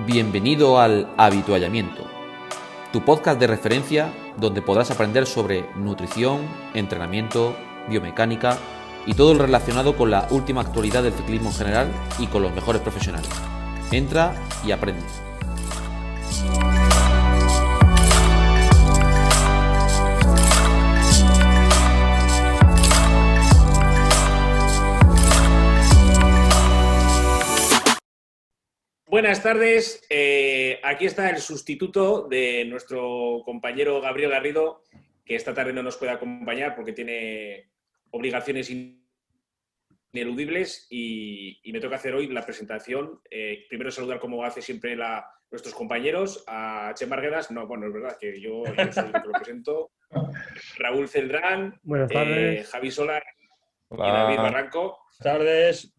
Bienvenido al Habituallamiento, tu podcast de referencia donde podrás aprender sobre nutrición, entrenamiento, biomecánica y todo lo relacionado con la última actualidad del ciclismo en general y con los mejores profesionales. Entra y aprende. Buenas tardes, aquí está el sustituto de nuestro compañero Gabriel Garrido, que esta tarde no nos puede acompañar porque tiene obligaciones ineludibles y me toca hacer hoy la presentación. Primero saludar, como hace siempre nuestros compañeros, a Chema Arguedas. No, bueno, es verdad que yo soy el que lo presento. Raúl Celdrán, Buenas tardes. Javi Solar. Hola. Y David Barranco. Buenas tardes.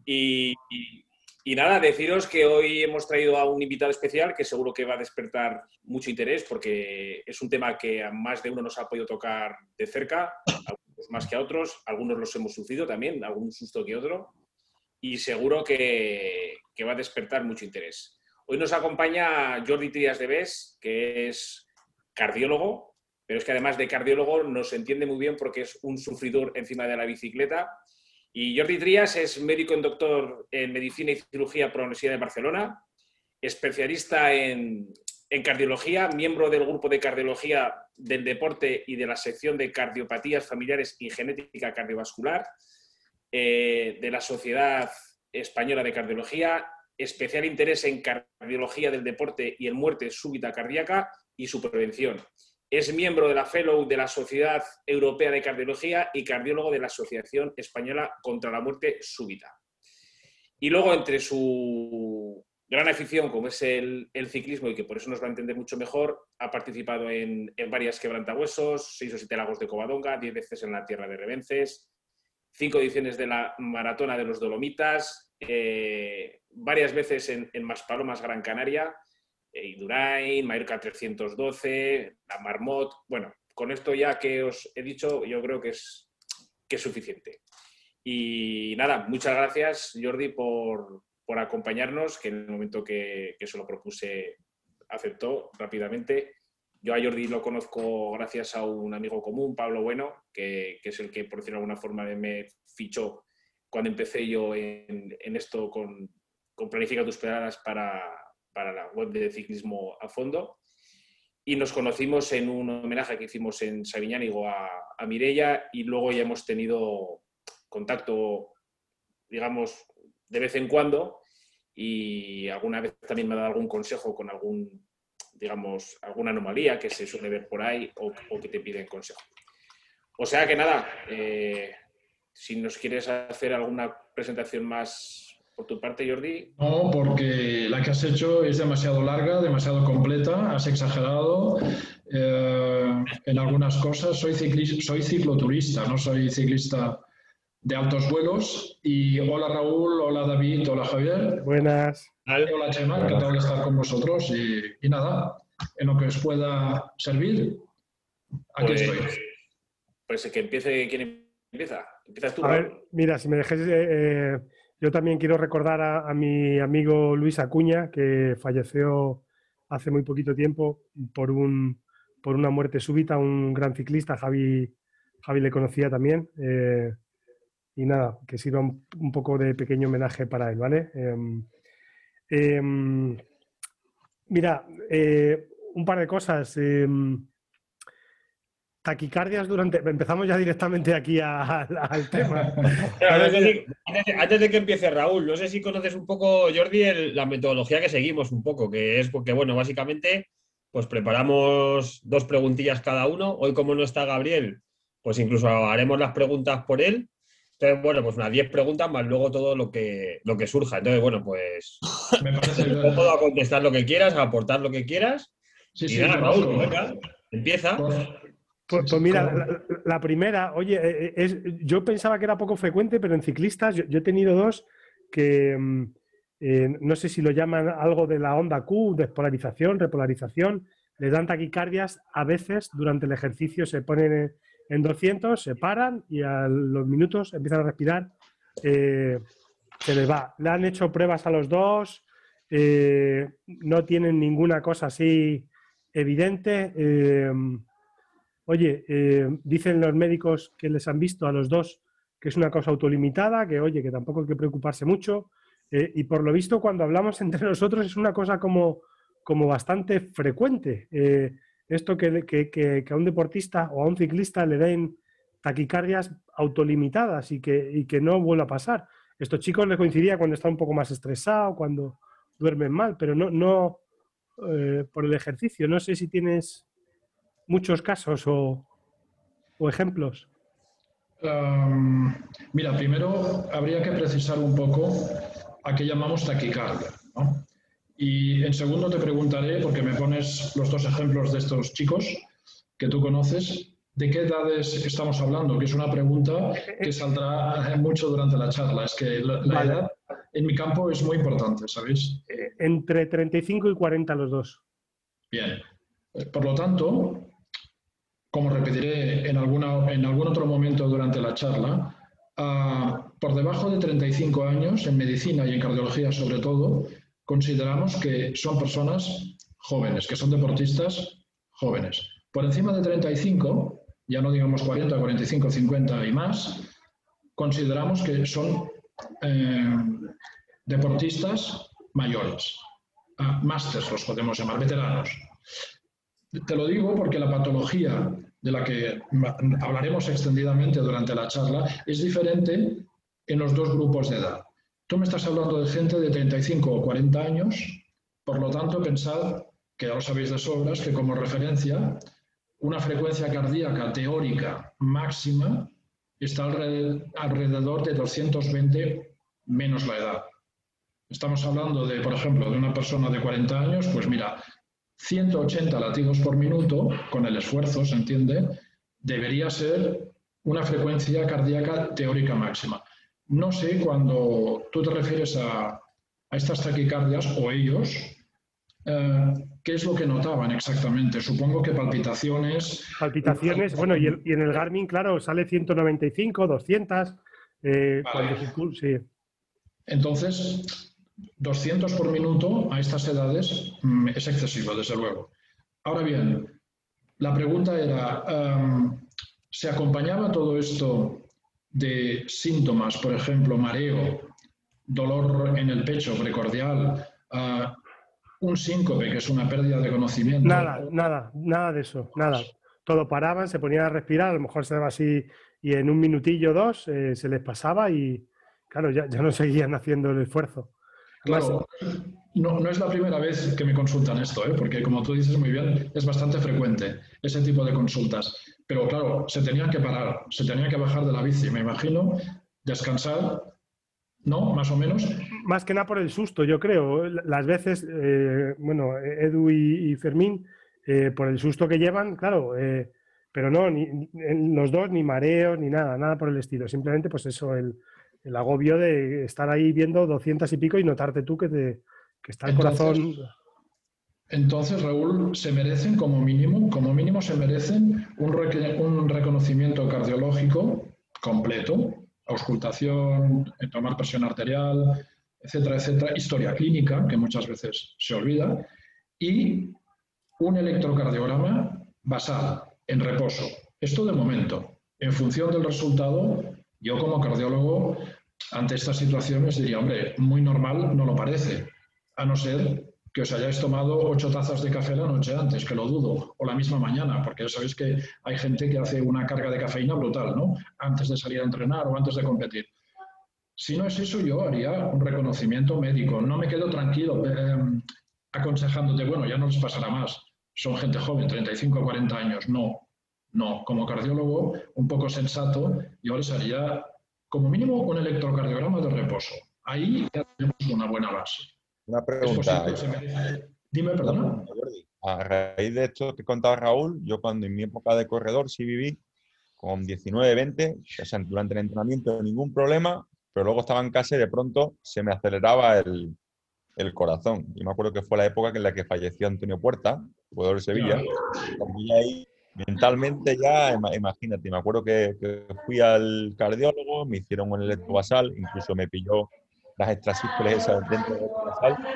Y nada, deciros que hoy hemos traído a un invitado especial que seguro que va a despertar mucho interés porque es un tema que a más de uno nos ha podido tocar de cerca, algunos más que a otros, algunos los hemos sufrido también, algún susto que otro, y seguro que va a despertar mucho interés. Hoy nos acompaña Jordi Trías de Bes, que es cardiólogo, pero es que además de cardiólogo nos entiende muy bien porque es un sufridor encima de la bicicleta. Y Jordi Trías es médico y doctor en Medicina y Cirugía por la Universidad de Barcelona, especialista en cardiología, miembro del grupo de cardiología del deporte y de la sección de cardiopatías familiares y genética cardiovascular de la Sociedad Española de Cardiología, especial interés en cardiología del deporte y en muerte súbita cardíaca y su prevención. Es miembro de la Fellow de la Sociedad Europea de Cardiología y cardiólogo de la Asociación Española contra la Muerte Súbita. Y luego, entre su gran afición, como es el ciclismo, y que por eso nos va a entender mucho mejor, ha participado en varias quebrantahuesos, 6 o 7 lagos de Covadonga, 10 veces en la Tierra de Revences, 5 ediciones de la Maratona de los Dolomitas, varias veces en Maspalomas, Gran Canaria, Indurain, Mallorca 312, la Marmot. Bueno, con esto ya que os he dicho, yo creo que es suficiente. Y nada, muchas gracias, Jordi, por acompañarnos, que en el momento que se lo propuse aceptó rápidamente. Yo a Jordi lo conozco gracias a un amigo común, Pablo Bueno, que es el que, por decirlo de alguna forma, me fichó cuando empecé yo en esto con Planifica tus pedalas para la web de ciclismo a fondo, y nos conocimos en un homenaje que hicimos en Sabiñánigo a Mireia, y luego ya hemos tenido contacto, digamos, de vez en cuando, y alguna vez también me ha dado algún consejo con alguna anomalía que se suele ver por ahí o que te piden consejo. O sea que nada, si nos quieres hacer alguna presentación más por tu parte, Jordi. No, porque la que has hecho es demasiado larga, demasiado completa, has exagerado en algunas cosas. Soy cicloturista, no soy ciclista de altos vuelos. Y hola Raúl, hola David, hola Javier. Buenas. Hola Chema, encantado de estar con vosotros y nada, en lo que os pueda servir, aquí estoy. Pues que empiece, ¿quién empieza? ¿Empiezas tú, A Raúl? ver, mira, si me dejes, yo también quiero recordar a mi amigo Luis Acuña, que falleció hace muy poquito tiempo por una muerte súbita, un gran ciclista. Javi le conocía también. Y nada, que sirva un poco de pequeño homenaje para él, ¿vale? Mira, un par de cosas. Taquicardias Empezamos ya directamente aquí al tema. Antes de que empiece Raúl, no sé si conoces un poco, Jordi, la metodología que seguimos un poco, que es porque, bueno, básicamente, pues preparamos 2 preguntillas cada uno. Hoy, como no está Gabriel, pues incluso haremos las preguntas por él. Entonces, bueno, pues unas 10 preguntas más luego todo lo que surja. Entonces, bueno, pues Me parece puedo contestar lo que quieras, aportar lo que quieras. Sí, y nada, Raúl, venga, empieza. Pues mira, la primera, oye, yo pensaba que era poco frecuente, pero en ciclistas yo he tenido 2 que no sé si lo llaman algo de la onda Q, despolarización, repolarización, les dan taquicardias a veces durante el ejercicio, se ponen en 200, se paran y a los minutos empiezan a respirar, se les va. Le han hecho pruebas a los 2, no tienen ninguna cosa así evidente. Dicen los médicos que les han visto a los dos que es una cosa autolimitada, que oye, que tampoco hay que preocuparse mucho. Y por lo visto, cuando hablamos entre nosotros es una cosa como bastante frecuente. Esto que a un deportista o a un ciclista le den taquicardias autolimitadas y que no vuelva a pasar. Estos chicos les coincidía cuando está un poco más estresado, cuando duermen mal, pero no por el ejercicio. No sé si tienes muchos casos o ejemplos. Mira, primero habría que precisar un poco a qué llamamos taquicardia, ¿no? Y en segundo te preguntaré, porque me pones los dos ejemplos de estos chicos que tú conoces, ¿de qué edades estamos hablando? Que es una pregunta que saldrá mucho durante la charla. Es que la edad en mi campo es muy importante, ¿sabéis? Entre 35 y 40 los dos. Bien. Por lo tanto, como repetiré en algún otro momento durante la charla, por debajo de 35 años, en medicina y en cardiología sobre todo, consideramos que son personas jóvenes, que son deportistas jóvenes. Por encima de 35, ya no digamos 40, 45, 50 y más, consideramos que son deportistas mayores. Másters los podemos llamar, veteranos. Te lo digo porque la patología de la que hablaremos extendidamente durante la charla es diferente en los dos grupos de edad. Tú me estás hablando de gente de 35 o 40 años, por lo tanto pensad, que ya lo sabéis de sobras, que como referencia una frecuencia cardíaca teórica máxima está alrededor de 220 menos la edad. Estamos hablando de, por ejemplo, de una persona de 40 años, pues mira, 180 latidos por minuto, con el esfuerzo, se entiende, debería ser una frecuencia cardíaca teórica máxima. No sé, cuando tú te refieres a estas taquicardias, o ellos, ¿qué es lo que notaban exactamente? Supongo que palpitaciones... Palpitaciones, bueno, y en el Garmin, claro, sale 195, 200, vale. cuando sí. Entonces, 200 por minuto a estas edades es excesivo, desde luego. Ahora bien, la pregunta era, ¿se acompañaba todo esto de síntomas, por ejemplo, mareo, dolor en el pecho precordial, un síncope, que es una pérdida de conocimiento? Nada de eso, nada. Todo paraban, se ponían a respirar, a lo mejor se daba así y en un minutillo o dos se les pasaba y, claro, ya no seguían haciendo el esfuerzo. Claro, no es la primera vez que me consultan esto, porque como tú dices muy bien, es bastante frecuente ese tipo de consultas. Pero claro, se tenían que parar, se tenían que bajar de la bici, me imagino, descansar, ¿no? Más o menos. Más que nada por el susto, yo creo. Las veces, Edu y Fermín, por el susto que llevan, claro, pero no, ni los dos, ni mareos, ni nada por el estilo. Simplemente, pues eso, el agobio de estar ahí viendo 200 y pico y notarte tú que está el corazón... Entonces, Raúl, se merecen como mínimo se merecen un reconocimiento cardiológico completo, auscultación, tomar presión arterial, etcétera, etcétera, historia clínica, que muchas veces se olvida, y un electrocardiograma basal en reposo. Esto de momento. En función del resultado, yo como cardiólogo, ante estas situaciones diría, hombre, muy normal no lo parece, a no ser que os hayáis tomado 8 tazas de café la noche antes, que lo dudo, o la misma mañana, porque ya sabéis que hay gente que hace una carga de cafeína brutal, ¿no? Antes de salir a entrenar o antes de competir. Si no es eso, yo haría un reconocimiento médico. No me quedo tranquilo aconsejándote, bueno, ya no les pasará más. Son gente joven, 35 o 40 años. No. Como cardiólogo, un poco sensato, yo les haría como mínimo un electrocardiograma de reposo. Ahí ya tenemos una buena base. Una pregunta. Dime, perdona. A raíz de esto que contaba Raúl, yo cuando en mi época de corredor sí viví con 19, 20, o sea, durante el entrenamiento ningún problema, pero luego estaba en casa y de pronto se me aceleraba el corazón. Y me acuerdo que fue la época en la que falleció Antonio Puerta, jugador de Sevilla. Y ahí mentalmente ya, imagínate, me acuerdo que fui al cardiólogo, me hicieron un electrobasal, incluso me pilló las extrasístoles esas dentro del basal.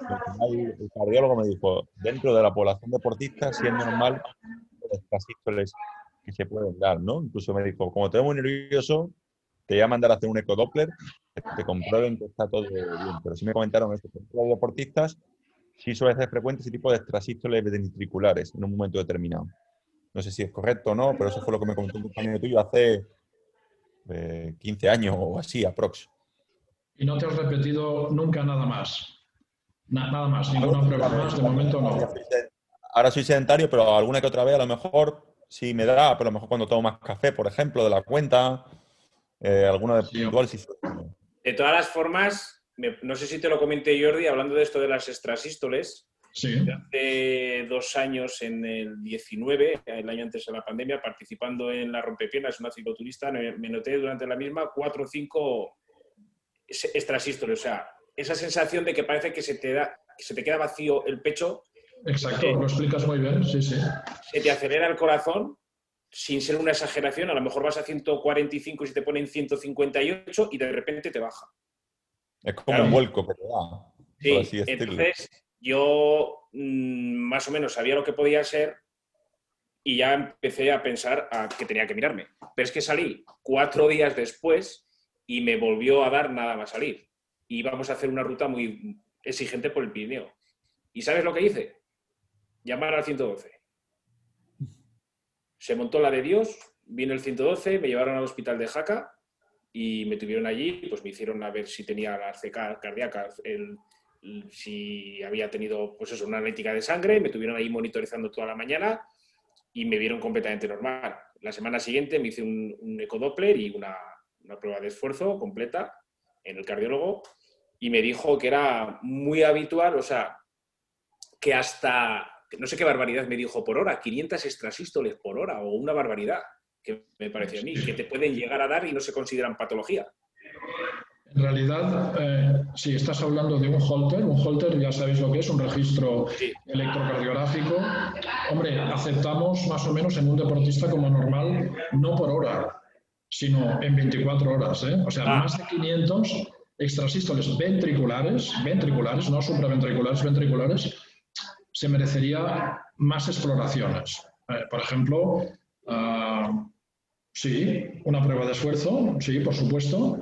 El cardiólogo me dijo, dentro de la población deportista, sí es normal los extrasístoles que se pueden dar, ¿no? Incluso me dijo, como te ves muy nervioso, te voy a mandar a hacer un ecodoppler, que te comprueben que está todo bien. Pero sí me comentaron esto, que los deportistas sí suele ser frecuente ese tipo de extrasístoles ventriculares en un momento determinado. No sé si es correcto o no, pero eso fue lo que me comentó un compañero tuyo hace 15 años o así, aprox. ¿Y no te has repetido nunca nada más? Nada más, ninguna prueba más, de momento no. Ahora soy sedentario, pero alguna que otra vez a lo mejor sí me da, pero a lo mejor cuando tomo más café, por ejemplo, de la cuenta, alguna de puntual sí. De todas las formas, no sé si te lo comenté, Jordi, hablando de esto de las extrasístoles. Sí. Hace 2 años, en el 19, el año antes de la pandemia, participando en la Rompepiernas, una cicloturista, me noté durante la misma 4 o 5 extrasístoles. O sea, esa sensación de que parece que se te queda vacío el pecho. Exacto, lo explicas muy bien, sí, sí. Se te acelera el corazón, sin ser una exageración. A lo mejor vas a 145 y se te pone en 158 y de repente te baja. Es como un vuelco que te da. Sí, por así decirlo. Entonces yo más o menos sabía lo que podía ser y ya empecé a pensar que tenía que mirarme. Pero es que salí 4 días después y me volvió a dar nada más salir. Y íbamos a hacer una ruta muy exigente por el Pirineo. ¿Y sabes lo que hice? Llamar al 112. Se montó la de Dios, vino el 112, me llevaron al hospital de Jaca y me tuvieron allí, pues me hicieron a ver si tenía las CK cardíacas, si había tenido, pues eso, una analítica de sangre, me tuvieron ahí monitorizando toda la mañana y me vieron completamente normal. La semana siguiente me hice un ecodoppler y una prueba de esfuerzo completa en el cardiólogo y me dijo que era muy habitual, o sea, que hasta, no sé qué barbaridad me dijo por hora, 500 extrasístoles por hora o una barbaridad, que me pareció a mí, que te pueden llegar a dar y no se consideran patología. En realidad, si estás hablando de un Holter ya sabéis lo que es, un registro electrocardiográfico. Hombre, aceptamos más o menos en un deportista como normal, no por hora, sino en 24 horas. O sea, más de 500 extrasístoles ventriculares, no supraventriculares, ventriculares, se merecería más exploraciones. Por ejemplo, sí, una prueba de esfuerzo, sí, por supuesto.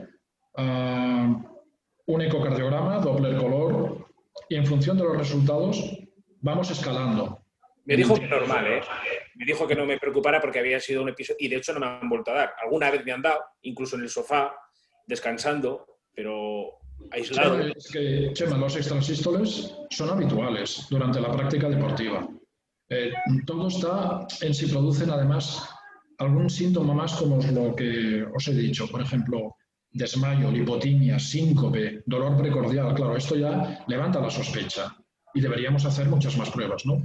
Un ecocardiograma, Doppler color, y en función de los resultados vamos escalando. Me dijo que normal, ¿eh? Me dijo que no me preocupara porque había sido un episodio, y de hecho no me han vuelto a dar. Alguna vez me han dado, incluso en el sofá, descansando, pero aislado. Es que, Chema, los extrasístoles son habituales durante la práctica deportiva. Todo está en si producen además algún síntoma más como lo que os he dicho, por ejemplo, desmayo, lipotimia, síncope, dolor precordial. Claro, esto ya levanta la sospecha y deberíamos hacer muchas más pruebas, ¿no?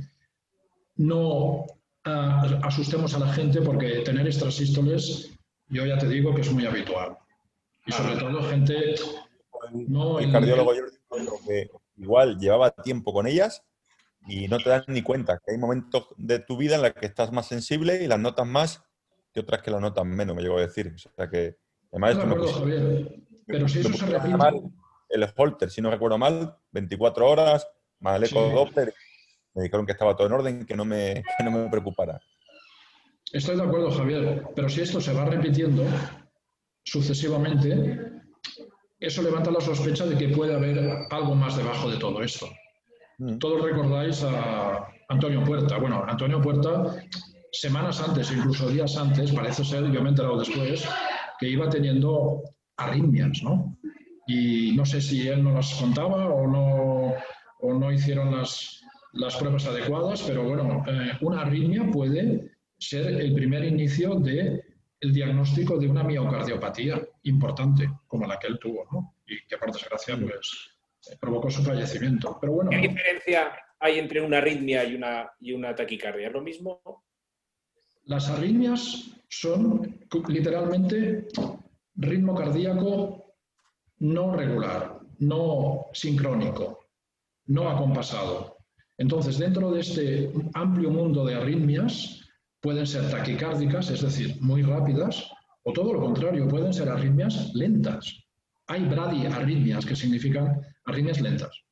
No asustemos a la gente porque tener extrasístoles, yo ya te digo que es muy habitual. Y sobre todo gente... El cardiólogo yo digo que igual llevaba tiempo con ellas y no te das ni cuenta que hay momentos de tu vida en los que estás más sensible y las notas más que otras que las notas menos, me llegó a decir. O sea que... Además, no, esto Javier, pero si eso se repite... El Holter, si no recuerdo mal, 24 horas, más el ecodoppler, me dijeron que estaba todo en orden, que no me preocupara. Estoy de acuerdo, Javier, pero si esto se va repitiendo sucesivamente, eso levanta la sospecha de que puede haber algo más debajo de todo esto. Todos recordáis a Antonio Puerta. Bueno, Antonio Puerta, semanas antes, incluso días antes, parece ser, yo me he enterado después, que iba teniendo arritmias, ¿no? Y no sé si él no las contaba o no hicieron las pruebas adecuadas, pero bueno, una arritmia puede ser el primer inicio del diagnóstico de una miocardiopatía importante, como la que él tuvo, ¿no? Y que por desgracia pues, provocó su fallecimiento. Pero bueno, ¿qué diferencia hay entre una arritmia y una taquicardia? ¿Es lo mismo? Las arritmias son literalmente ritmo cardíaco no regular, no sincrónico, no acompasado. Entonces, dentro de este amplio mundo de arritmias, pueden ser taquicárdicas, es decir, muy rápidas, o todo lo contrario, pueden ser arritmias lentas. Hay bradiarritmias, que significan arritmias lentas.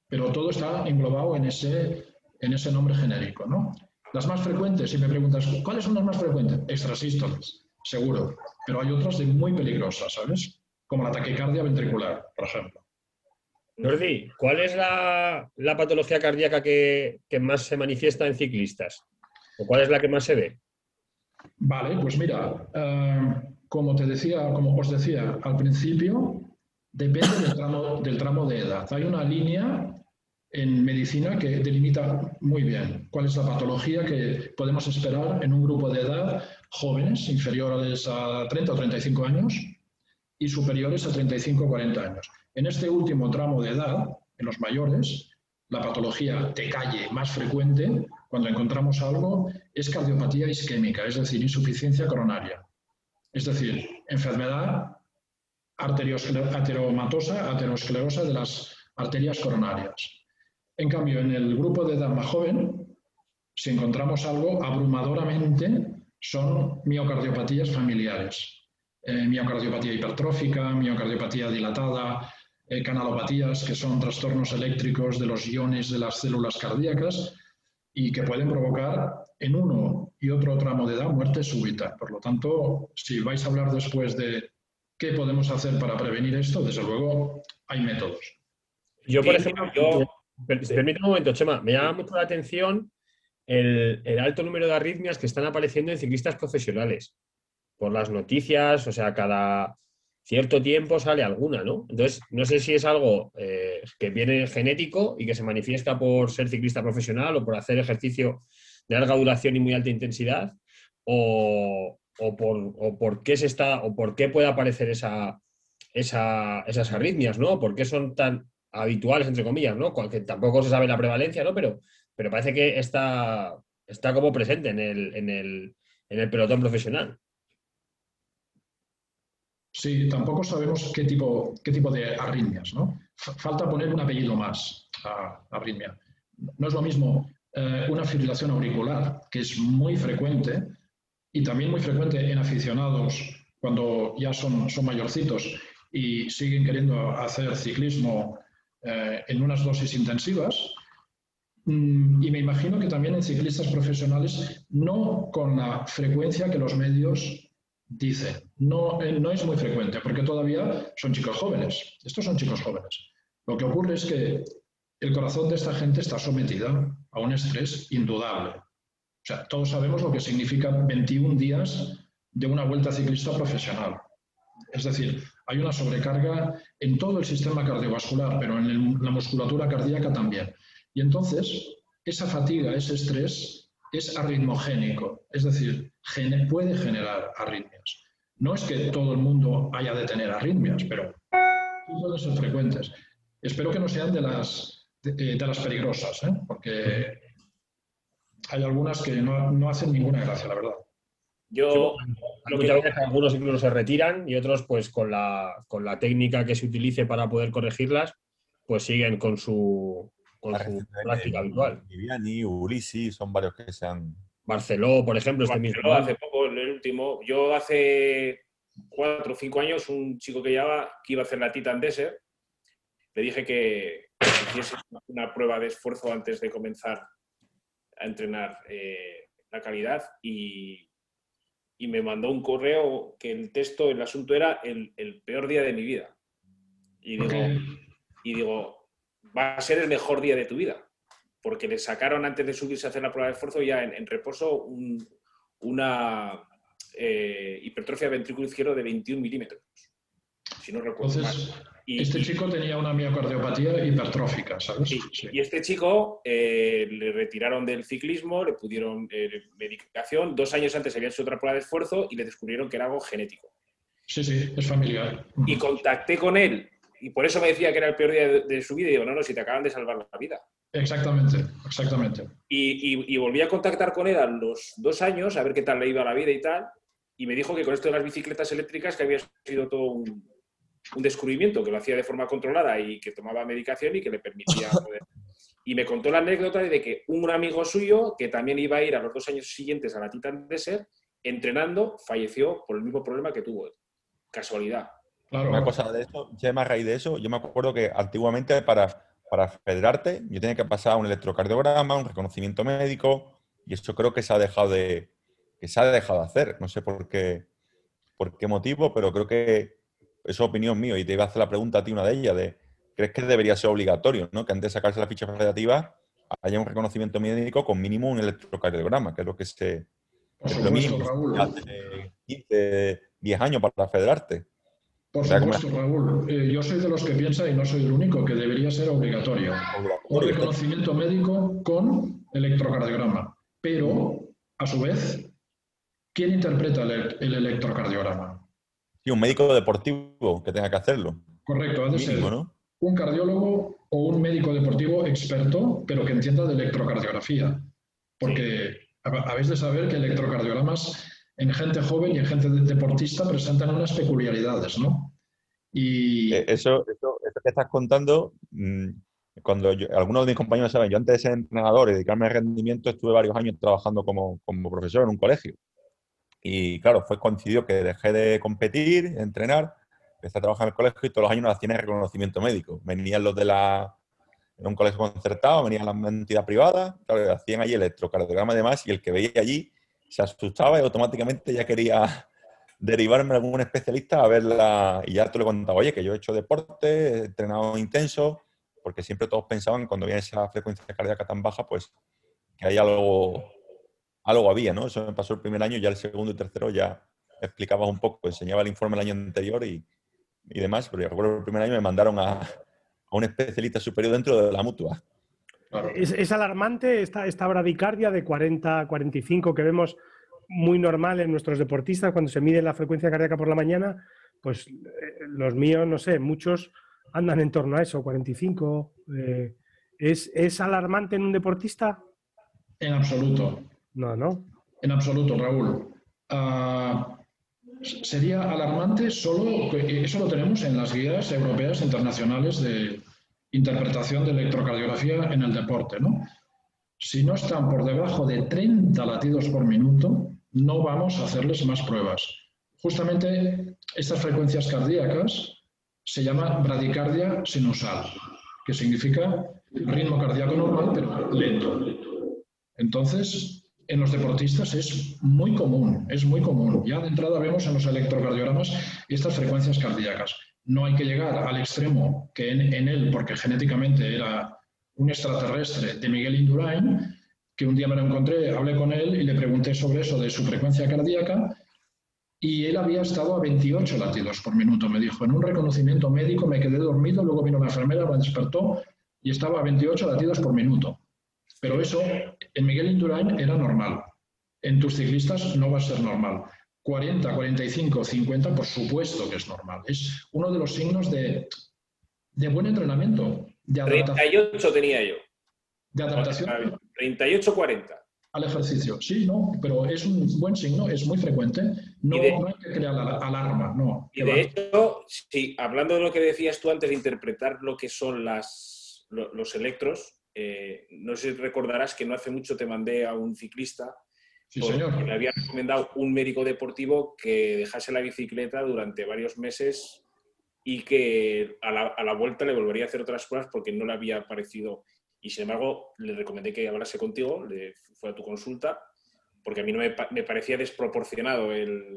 pero todo está englobado en ese nombre genérico, ¿no? Las más frecuentes, si me preguntas, ¿cuáles son las más frecuentes? Extrasístoles, seguro, pero hay otras de muy peligrosas, ¿sabes? Como la taquicardia ventricular, por ejemplo. Jordi, ¿cuál es la patología cardíaca que más se manifiesta en ciclistas? ¿O cuál es la que más se ve? Vale, pues mira, como os decía al principio, depende del tramo de edad. Hay una línea en medicina que delimita muy bien cuál es la patología que podemos esperar en un grupo de edad jóvenes, inferiores a 30 o 35 años, y superiores a 35 o 40 años. En este último tramo de edad, en los mayores, la patología de calle más frecuente, cuando encontramos algo, es cardiopatía isquémica, es decir, insuficiencia coronaria. Es decir, enfermedad ateromatosa, aterosclerosa de las arterias coronarias. En cambio, en el grupo de edad más joven, si encontramos algo, abrumadoramente son miocardiopatías familiares. Miocardiopatía hipertrófica, miocardiopatía dilatada, canalopatías, que son trastornos eléctricos de los iones de las células cardíacas y que pueden provocar en uno y otro tramo de edad muerte súbita. Por lo tanto, si vais a hablar después de qué podemos hacer para prevenir esto, desde luego hay métodos. Yo, por ejemplo, permíteme un momento, Chema, me llama mucho la atención el alto número de arritmias que están apareciendo en ciclistas profesionales. Por las noticias, o sea, cada cierto tiempo sale alguna, ¿no? Entonces, no sé si es algo que viene genético y que se manifiesta por ser ciclista profesional o por hacer ejercicio de larga duración y muy alta intensidad, o por qué puede aparecer esas arritmias, ¿no? ¿Por qué son tan habituales, entre comillas, ¿no? Que tampoco se sabe la prevalencia, ¿no? Pero parece que está como presente en el pelotón profesional. Sí, tampoco sabemos qué tipo de arritmias, ¿no? Falta poner un apellido más a arritmia. No es lo mismo una fibrilación auricular, que es muy frecuente y también muy frecuente en aficionados cuando ya son mayorcitos y siguen queriendo hacer ciclismo en unas dosis intensivas. Y me imagino que también en ciclistas profesionales, no con la frecuencia que los medios dicen. No es muy frecuente, porque todavía son chicos jóvenes. Estos son chicos jóvenes. Lo que ocurre es que el corazón de esta gente está sometida a un estrés indudable. O sea, todos sabemos lo que significan 21 días de una vuelta ciclista profesional. Es decir, hay una sobrecarga en todo el sistema cardiovascular, pero en la musculatura cardíaca también. Y entonces, esa fatiga, ese estrés, es arritmogénico, es decir, puede generar arritmias. No es que todo el mundo haya de tener arritmias, pero pueden ser frecuentes. Espero que no sean de las peligrosas, porque hay algunas que no hacen ninguna gracia, la verdad. Muchas veces algunos incluso se retiran y otros, pues con la técnica que se utilice para poder corregirlas, pues siguen con su práctica habitual. Viviani, Ulissi, son varios que se han... Barceló, por ejemplo, Barceló, hace poco, el último. Yo hace 4 o 5 años, un chico que iba a hacer la Titan Desert, le dije que hiciese una prueba de esfuerzo antes de comenzar a entrenar la calidad y me mandó un correo que el asunto era el peor día de mi vida. Y digo, va a ser el mejor día de tu vida, porque le sacaron antes de subirse a hacer la prueba de esfuerzo ya en reposo una hipertrofia ventrículo izquierdo de 21 milímetros, si no recuerdo mal. Este chico tenía una miocardiopatía hipertrófica, ¿sabes? Sí. Y este chico le retiraron del ciclismo, le pudieron medicación. 2 años antes había hecho otra prueba de esfuerzo y le descubrieron que era algo genético. Sí, es familiar. Y contacté con él, y por eso me decía que era el peor día de su vida, y digo, no, si te acaban de salvar la vida. Exactamente. Y volví a contactar con él a los 2 años, a ver qué tal le iba la vida y tal, y me dijo que con esto de las bicicletas eléctricas, que había sido todo un descubrimiento, que lo hacía de forma controlada y que tomaba medicación y que le permitía poder. Y me contó la anécdota de que un amigo suyo, que también iba a ir a los 2 años siguientes a la Titan Desert, entrenando, falleció por el mismo problema que tuvo él. Casualidad. Claro. Una cosa de eso, ya a raíz de eso, yo me acuerdo que antiguamente para para federarte, yo tenía que pasar un electrocardiograma, un reconocimiento médico, y eso creo que se ha dejado de hacer. No sé por qué motivo, pero creo que eso es opinión mía. Y te iba a hacer la pregunta a ti, una de ellas, ¿crees que debería ser obligatorio, ¿no? Que antes de sacarse la ficha federativa haya un reconocimiento médico con mínimo un electrocardiograma, que es lo que Por es lo supuesto, mínimo Raúl. hace 15, 10 años para federarte. Por supuesto, Raúl. Yo soy de los que piensa, y no soy el único, que debería ser obligatorio. Un reconocimiento médico con electrocardiograma. Pero, a su vez, ¿quién interpreta el electrocardiograma? Sí, un médico deportivo que tenga que hacerlo. Correcto, ha de Mínimo, ser ¿no? un cardiólogo o un médico deportivo experto, pero que entienda de electrocardiografía. Porque habéis de saber que electrocardiogramas en gente joven y en gente deportista presentan unas peculiaridades, ¿no? Y Eso que estás contando, cuando algunos de mis compañeros saben, yo antes de ser entrenador y dedicarme al rendimiento, estuve varios años trabajando como profesor en un colegio. Y claro, coincidió que dejé de competir, de entrenar, empecé a trabajar en el colegio y todos los años nos hacían el reconocimiento médico. Venían los de era un colegio concertado, venían las entidades privadas, claro, hacían allí electrocardiograma y demás, y el que veía allí se asustaba y automáticamente ya quería derivarme a algún especialista a verla. Y ya te lo he contado, oye, que yo he hecho deporte, he entrenado intenso, porque siempre todos pensaban cuando había esa frecuencia cardíaca tan baja, pues que hay algo había, ¿no? Eso me pasó el primer año, ya el segundo y tercero ya explicabas un poco, enseñaba el informe el año anterior y demás, pero yo recuerdo el primer año me mandaron a un especialista superior dentro de la mutua. Claro. Es alarmante esta bradicardia de 40, 45 que vemos muy normal en nuestros deportistas cuando se mide la frecuencia cardíaca por la mañana. Pues los míos, no sé, muchos andan en torno a eso, 45. ¿Es alarmante en un deportista? En absoluto. No. En absoluto, Raúl. Sería alarmante solo, eso lo tenemos en las guías europeas internacionales de interpretación de electrocardiografía en el deporte, ¿no? Si no están por debajo de 30 latidos por minuto, no vamos a hacerles más pruebas. Justamente estas frecuencias cardíacas se llama bradicardia sinusal, que significa ritmo cardíaco normal, pero lento. Entonces, en los deportistas es muy común. Ya de entrada vemos en los electrocardiogramas estas frecuencias cardíacas. No hay que llegar al extremo que en él, porque genéticamente era un extraterrestre, de Miguel Indurain, que un día me lo encontré, hablé con él y le pregunté sobre eso de su frecuencia cardíaca y él había estado a 28 latidos por minuto, me dijo. En un reconocimiento médico me quedé dormido, luego vino la enfermera, me despertó y estaba a 28 latidos por minuto. Pero eso, en Miguel Indurain era normal. En tus ciclistas no va a ser normal. 40, 45, 50, por supuesto que es normal. Es uno de los signos de buen entrenamiento. De 38 tenía yo. De adaptación. 38-40. Al ejercicio. Sí, no, pero es un buen signo, es muy frecuente. No hay que crear la alarma, no. Y de hecho, sí, hablando de lo que decías tú antes de interpretar lo que son los electros, no sé si recordarás que no hace mucho te mandé a un ciclista. Sí, señor. Que le había recomendado un médico deportivo que dejase la bicicleta durante varios meses y que a la vuelta le volvería a hacer otras pruebas porque no le había parecido. Y sin embargo, le recomendé que hablase contigo, le fue a tu consulta, porque a mí no me parecía desproporcionado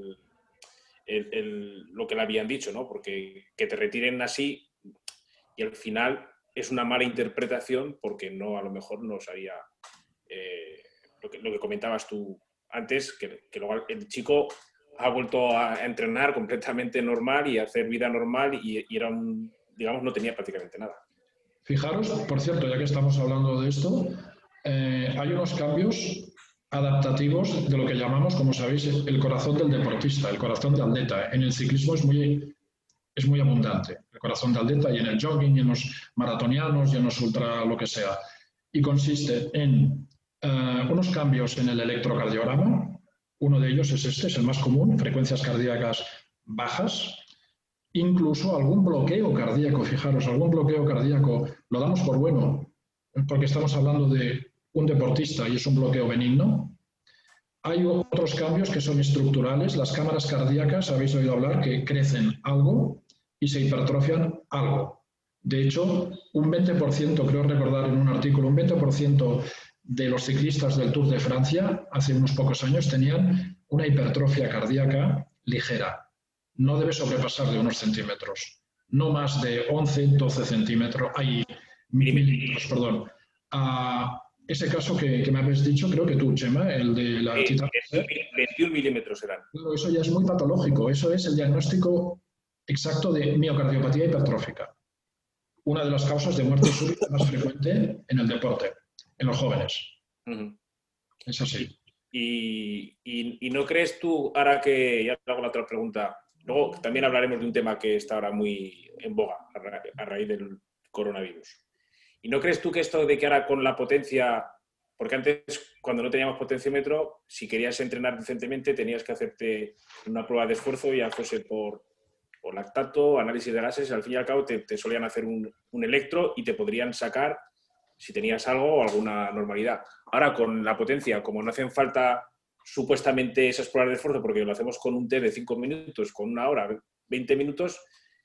lo que le habían dicho, ¿no? Porque que te retiren así y al final es una mala interpretación porque no, a lo mejor no sabía lo que comentabas tú antes, que luego el chico ha vuelto a entrenar completamente normal y a hacer vida normal y era digamos, no tenía prácticamente nada. Fijaros, por cierto, ya que estamos hablando de esto, hay unos cambios adaptativos de lo que llamamos, como sabéis, el corazón del deportista, el corazón de atleta. En el ciclismo es muy abundante, el corazón de atleta, y en el jogging, y en los maratonianos, y en los ultra, lo que sea. Y consiste en unos cambios en el electrocardiograma. Uno de ellos es el más común, frecuencias cardíacas bajas. Incluso algún bloqueo cardíaco, fijaros, algún bloqueo cardíaco lo damos por bueno, porque estamos hablando de un deportista y es un bloqueo benigno. Hay otros cambios que son estructurales. Las cámaras cardíacas, habéis oído hablar, que crecen algo y se hipertrofian algo. De hecho, un 20%, creo recordar en un artículo, un 20% de los ciclistas del Tour de Francia hace unos pocos años tenían una hipertrofia cardíaca ligera. No debe sobrepasar de unos centímetros, no más de 11, 12 centímetros, milímetros, perdón. Ese caso que me habéis dicho, creo que tú, Chema, el de la titanina. 21 milímetros eran. Claro, eso ya es muy patológico. Eso es el diagnóstico exacto de miocardiopatía hipertrófica. Una de las causas de muerte súbita más frecuente en el deporte, en los jóvenes. Es así. ¿Y no crees tú, ahora que ya te hago la otra pregunta, luego también hablaremos de un tema que está ahora muy en boga a raíz del coronavirus? ¿Y no crees tú que esto de que ahora con la potencia, porque antes cuando no teníamos potenciómetro, si querías entrenar decentemente tenías que hacerte una prueba de esfuerzo, ya fuese por lactato, análisis de gases, al fin y al cabo te solían hacer un electro y te podrían sacar si tenías algo o alguna normalidad. Ahora con la potencia, como no hacen falta supuestamente esas pruebas de esfuerzo, porque lo hacemos con un test de 5 minutos, con 1 hora, 20 minutos,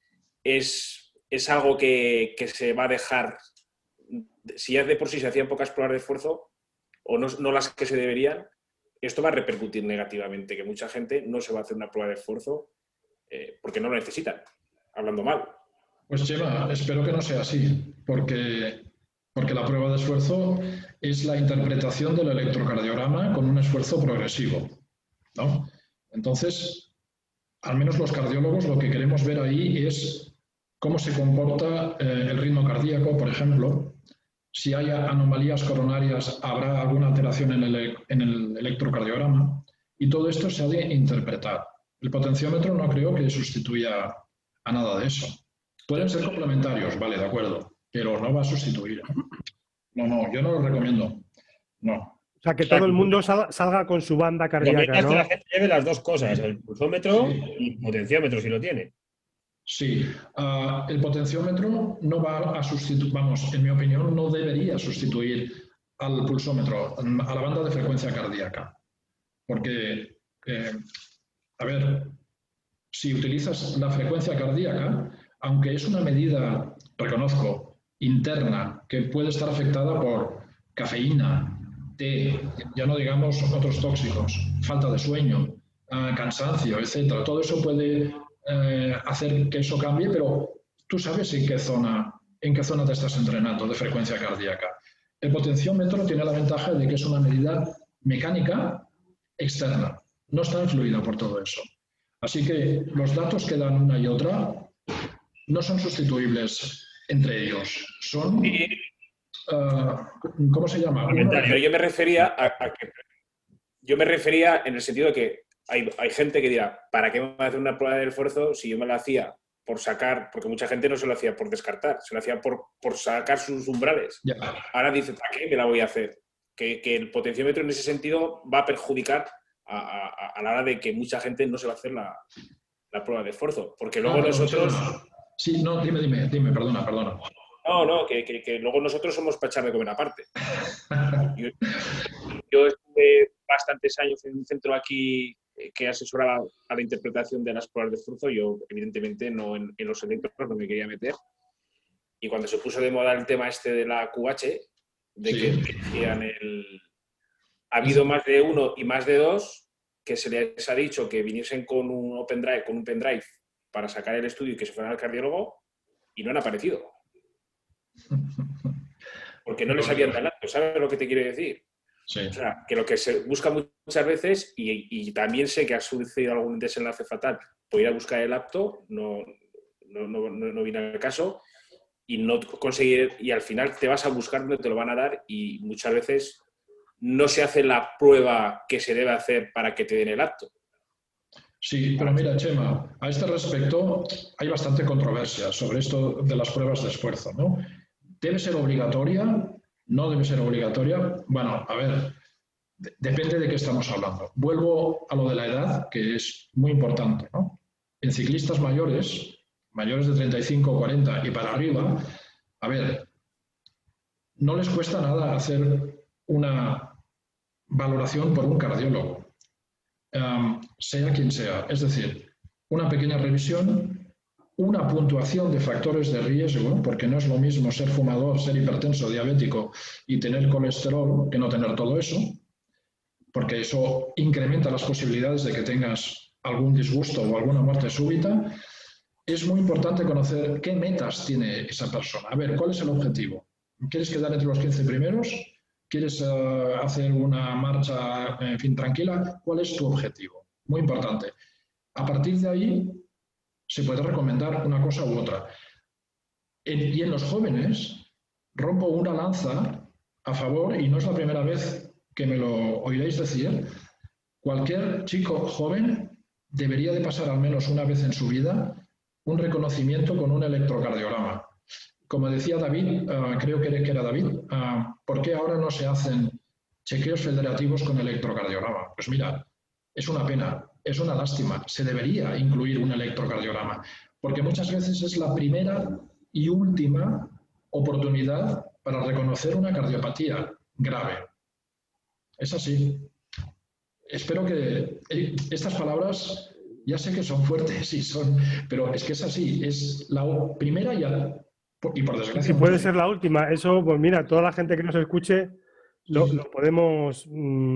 es algo que se va a dejar. Si ya de por sí se hacían pocas pruebas de esfuerzo, o no las que se deberían, esto va a repercutir negativamente, que mucha gente no se va a hacer una prueba de esfuerzo porque no lo necesitan, hablando mal. Pues Chema, espero que no sea así, porque la prueba de esfuerzo es la interpretación del electrocardiograma con un esfuerzo progresivo, ¿no? Entonces, al menos los cardiólogos lo que queremos ver ahí es cómo se comporta el ritmo cardíaco, por ejemplo. Si hay anomalías coronarias, habrá alguna alteración en el electrocardiograma, y todo esto se ha de interpretar. El potenciómetro no creo que sustituya a nada de eso. Pueden ser complementarios, vale, de acuerdo, pero no va a sustituir. No, yo no lo recomiendo. No. O sea, que todo el mundo salga con su banda cardíaca, ¿no? Que la gente lleve las dos cosas, el pulsómetro y el potenciómetro, si lo tiene. Sí, el potenciómetro no va a sustituir, vamos, en mi opinión, no debería sustituir al pulsómetro, a la banda de frecuencia cardíaca. Porque, a ver, si utilizas la frecuencia cardíaca, aunque es una medida, reconozco, interna, que puede estar afectada por cafeína, té, ya no digamos otros tóxicos, falta de sueño, cansancio, etcétera. Todo eso puede hacer que eso cambie, pero tú sabes en qué zona te estás entrenando de frecuencia cardíaca. El potenciómetro tiene la ventaja de que es una medida mecánica externa, no está influida por todo eso. Así que los datos que dan una y otra no son sustituibles entre ellos. Son, ¿cómo se llama? Pero yo me refería yo me refería en el sentido de que hay gente que dirá, ¿para qué me voy a hacer una prueba de esfuerzo si yo me la hacía por sacar? Porque mucha gente no se lo hacía por descartar, se lo hacía por sacar sus umbrales. Ya. Ahora dice, ¿para qué me la voy a hacer? Que el potenciómetro en ese sentido va a perjudicar a la hora de que mucha gente no se va a hacer la prueba de esfuerzo. Porque luego nosotros... Sí, no, dime, perdona. No, que luego nosotros somos para echar de comer aparte. Yo estuve bastantes años en un centro aquí que asesoraba a la interpretación de las pruebas de esfuerzo. Yo, evidentemente, no en los electros no me quería meter. Y cuando se puso de moda el tema este de la QH, de que decían ha habido más de uno y más de dos que se les ha dicho que viniesen con un pendrive para sacar el estudio y que se fueran al cardiólogo y no han aparecido. Porque no les habían dado. ¿Sabes lo que te quiero decir? Sí. O sea, que lo que se busca muchas veces, y también sé que ha sucedido algún desenlace fatal, por ir a buscar el apto, no viene al caso, y no conseguir, y al final te vas a buscar donde te lo van a dar, y muchas veces no se hace la prueba que se debe hacer para que te den el apto. Sí, pero mira, Chema, a este respecto hay bastante controversia sobre esto de las pruebas de esfuerzo, ¿no? ¿Debe ser obligatoria? ¿No debe ser obligatoria? Bueno, a ver, depende de qué estamos hablando. Vuelvo a lo de la edad, que es muy importante, ¿no? En ciclistas mayores de 35, 40 y para arriba, a ver, no les cuesta nada hacer una valoración por un cardiólogo, sea quien sea. Es decir, una pequeña revisión una puntuación de factores de riesgo, porque no es lo mismo ser fumador, ser hipertenso, diabético y tener colesterol que no tener todo eso, porque eso incrementa las posibilidades de que tengas algún disgusto o alguna muerte súbita. Es muy importante conocer qué metas tiene esa persona. A ver, ¿cuál es el objetivo? ¿Quieres quedar entre los 15 primeros? ¿Quieres hacer una marcha, en fin, tranquila? ¿Cuál es tu objetivo? Muy importante. A partir de ahí se puede recomendar una cosa u otra. Y en los jóvenes rompo una lanza a favor, y no es la primera vez que me lo oiréis decir, cualquier chico joven debería de pasar al menos una vez en su vida un reconocimiento con un electrocardiograma. Como decía David, creo que era David, ¿por qué ahora no se hacen chequeos federativos con electrocardiograma? Pues mira, es una pena, es una lástima. Se debería incluir un electrocardiograma, porque muchas veces es la primera y última oportunidad para reconocer una cardiopatía grave. Es así. Espero que estas palabras, ya sé que son fuertes pero es que es así. Es la primera y por desgracia. Si puede ser la última. Eso, pues mira, toda la gente que nos escuche lo podemos.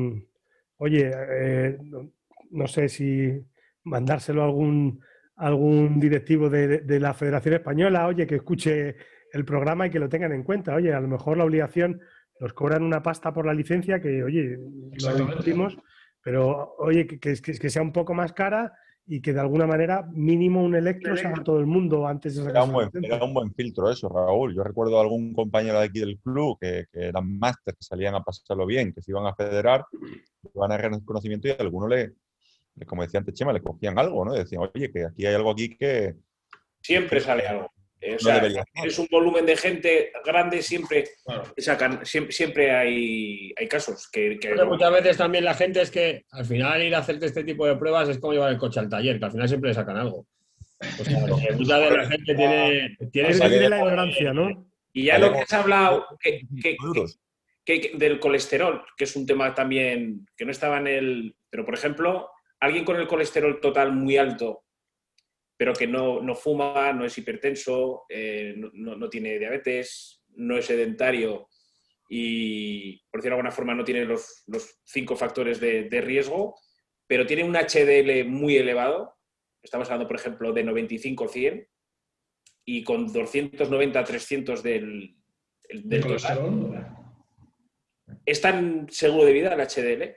Oye, no sé si mandárselo a algún directivo de la Federación Española, oye, que escuche el programa y que lo tengan en cuenta. Oye, a lo mejor la obligación nos cobran una pasta por la licencia que, oye, lo discutimos, pero oye, que sea un poco más cara y que de alguna manera mínimo un electro se haga todo el mundo antes de sacar la licencia. Era un buen filtro eso, Raúl. Yo recuerdo a algún compañero de aquí del club que eran másters, que salían a pasarlo bien, que se iban a federar, iban a reconocimiento y a alguno como decía antes Chema, le cogían algo, ¿no? Decían, oye, que aquí hay algo aquí que... Siempre sale algo. O sea, es un volumen de gente grande, siempre sacan, siempre hay casos que muchas veces también la gente es que al final ir a hacerte este tipo de pruebas es como llevar el coche al taller, que al final siempre le sacan algo. O sea, que mucha de la gente tiene la ignorancia, ¿no? Y ya lo que has hablado que del colesterol, que es un tema también que no estaba en el... Pero, por ejemplo, alguien con el colesterol total muy alto, pero que no fuma, no es hipertenso, no tiene diabetes, no es sedentario y, por decirlo de alguna forma, no tiene los 5 factores de riesgo, pero tiene un HDL muy elevado, estamos hablando, por ejemplo, de 95-100, y con 290-300 del colesterol. ¿Es tan seguro de vida el HDL?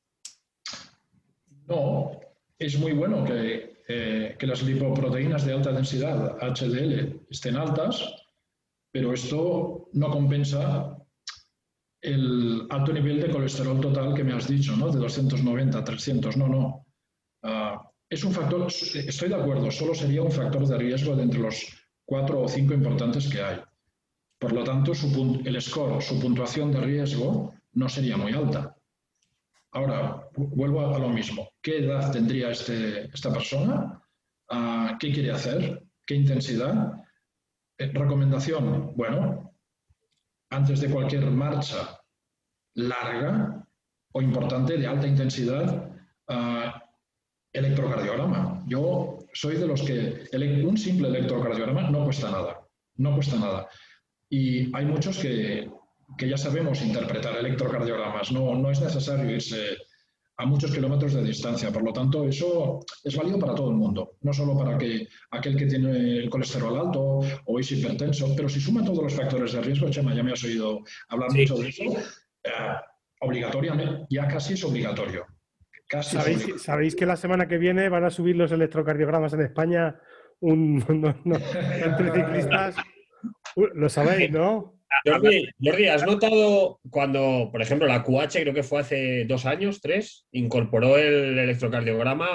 No, es muy bueno que las lipoproteínas de alta densidad, HDL, estén altas, pero esto no compensa el alto nivel de colesterol total que me has dicho, ¿no? De 290, 300, no. Es un factor, estoy de acuerdo, solo sería un factor de riesgo de entre los 4 o 5 importantes que hay. Por lo tanto, el score, su puntuación de riesgo, no sería muy alta. Ahora, vuelvo a lo mismo. ¿Qué edad tendría esta persona? ¿Qué quiere hacer? ¿Qué intensidad? Recomendación, bueno, antes de cualquier marcha larga o importante de alta intensidad, electrocardiograma. Yo soy de los que un simple electrocardiograma no cuesta nada. Y hay muchos que ya sabemos interpretar electrocardiogramas, no es necesario irse a muchos kilómetros de distancia. Por lo tanto, eso es válido para todo el mundo, no solo para aquel que tiene el colesterol alto o es hipertenso, pero si suma todos los factores de riesgo, Chema, ya me has oído hablar mucho de eso, obligatoriamente, ya casi es obligatorio. ¿Sabéis que la semana que viene van a subir los electrocardiogramas en España entre ciclistas? Lo sabéis, ¿no? Jordi, ¿has notado cuando, por ejemplo, la QH, creo que fue hace 2 años, 3, incorporó el electrocardiograma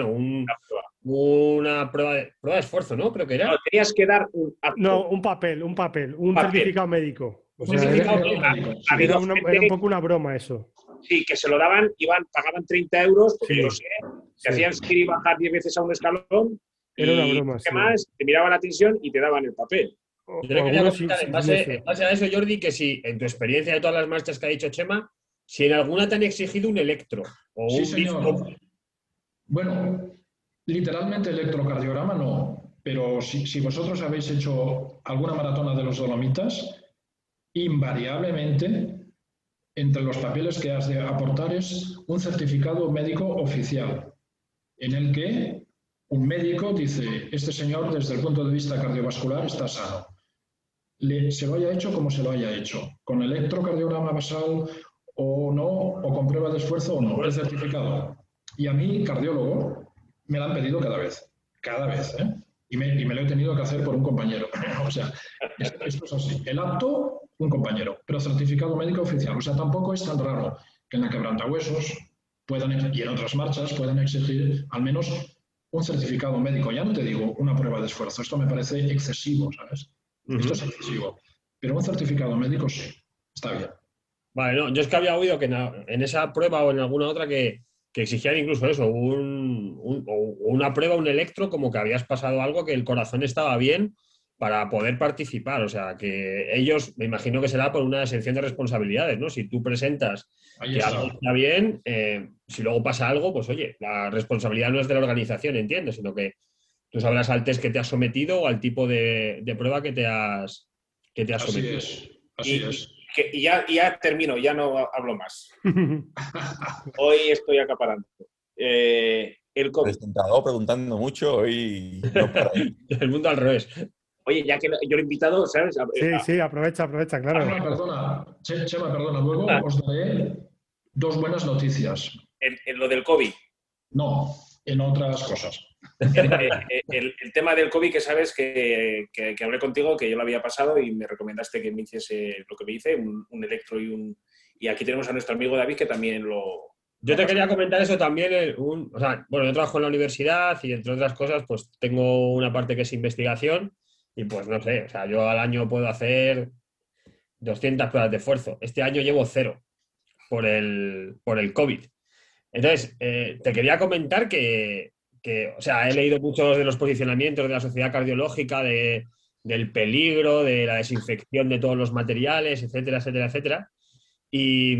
una prueba de esfuerzo, ¿no? Creo que era. No, tenías que dar un papel, certificado médico. O sea, era un poco una broma eso. Sí, que se lo daban, pagaban 30 euros, porque yo lo sé, que hacían subir y bajar 10 veces a un escalón. Era una broma, ¿qué más? Te miraban la tensión y te daban el papel. Yo creo que en base a eso, Jordi, que si en tu experiencia de todas las marchas que ha dicho Chema, si en alguna te han exigido un electro o un señor. Bueno, literalmente electrocardiograma no, pero si vosotros habéis hecho alguna maratona de los Dolomitas, invariablemente entre los papeles que has de aportar es un certificado médico oficial, en el que un médico dice, este señor desde el punto de vista cardiovascular está sano. Se lo haya hecho como se lo haya hecho, con electrocardiograma basal o no, o con prueba de esfuerzo o no, el certificado. Y a mí, cardiólogo, me lo han pedido cada vez, ¿eh? Y me lo he tenido que hacer por un compañero. O sea, esto es así. El apto, un compañero, pero certificado médico oficial. O sea, tampoco es tan raro que en la quebrantahuesos y en otras marchas puedan exigir al menos un certificado médico. Ya no te digo una prueba de esfuerzo. Esto me parece excesivo, ¿sabes? Esto es excesivo. Pero un certificado médico sí, está bien. Vale, no, yo es que había oído que en esa prueba o en alguna otra que exigían incluso eso, una prueba, un electro, como que habías pasado algo, que el corazón estaba bien para poder participar. O sea, que ellos, me imagino que será por una exención de responsabilidades, ¿no? Si tú presentas que algo está bien, si luego pasa algo, pues oye, la responsabilidad no es de la organización, entiendo, sino que tú sabrás al test que te has sometido o al tipo de prueba que te has sometido. Así es. Y ya termino, ya no hablo más. Hoy estoy acaparando. El COVID. Presentador preguntando mucho, hoy no para ahí. El mundo al revés. Oye, ya que yo lo he invitado, ¿sabes? Sí, aprovecha, claro. Chema, perdona. Luego os daré dos buenas noticias. En lo del COVID. No, en otras cosas. El tema del COVID, que sabes que hablé contigo, que yo lo había pasado y me recomendaste que me hiciese lo que me hice, un electro y aquí tenemos a nuestro amigo David que también lo... Yo te quería comentar eso también. Yo trabajo en la universidad y entre otras cosas pues tengo una parte que es investigación y pues no sé, o sea, yo al año puedo hacer 200 pruebas de esfuerzo. Este año llevo 0 por el COVID. Entonces, te quería comentar que, o sea, he leído muchos de los posicionamientos de la Sociedad Cardiológica, del peligro, de la desinfección de todos los materiales, etcétera, etcétera, etcétera. Y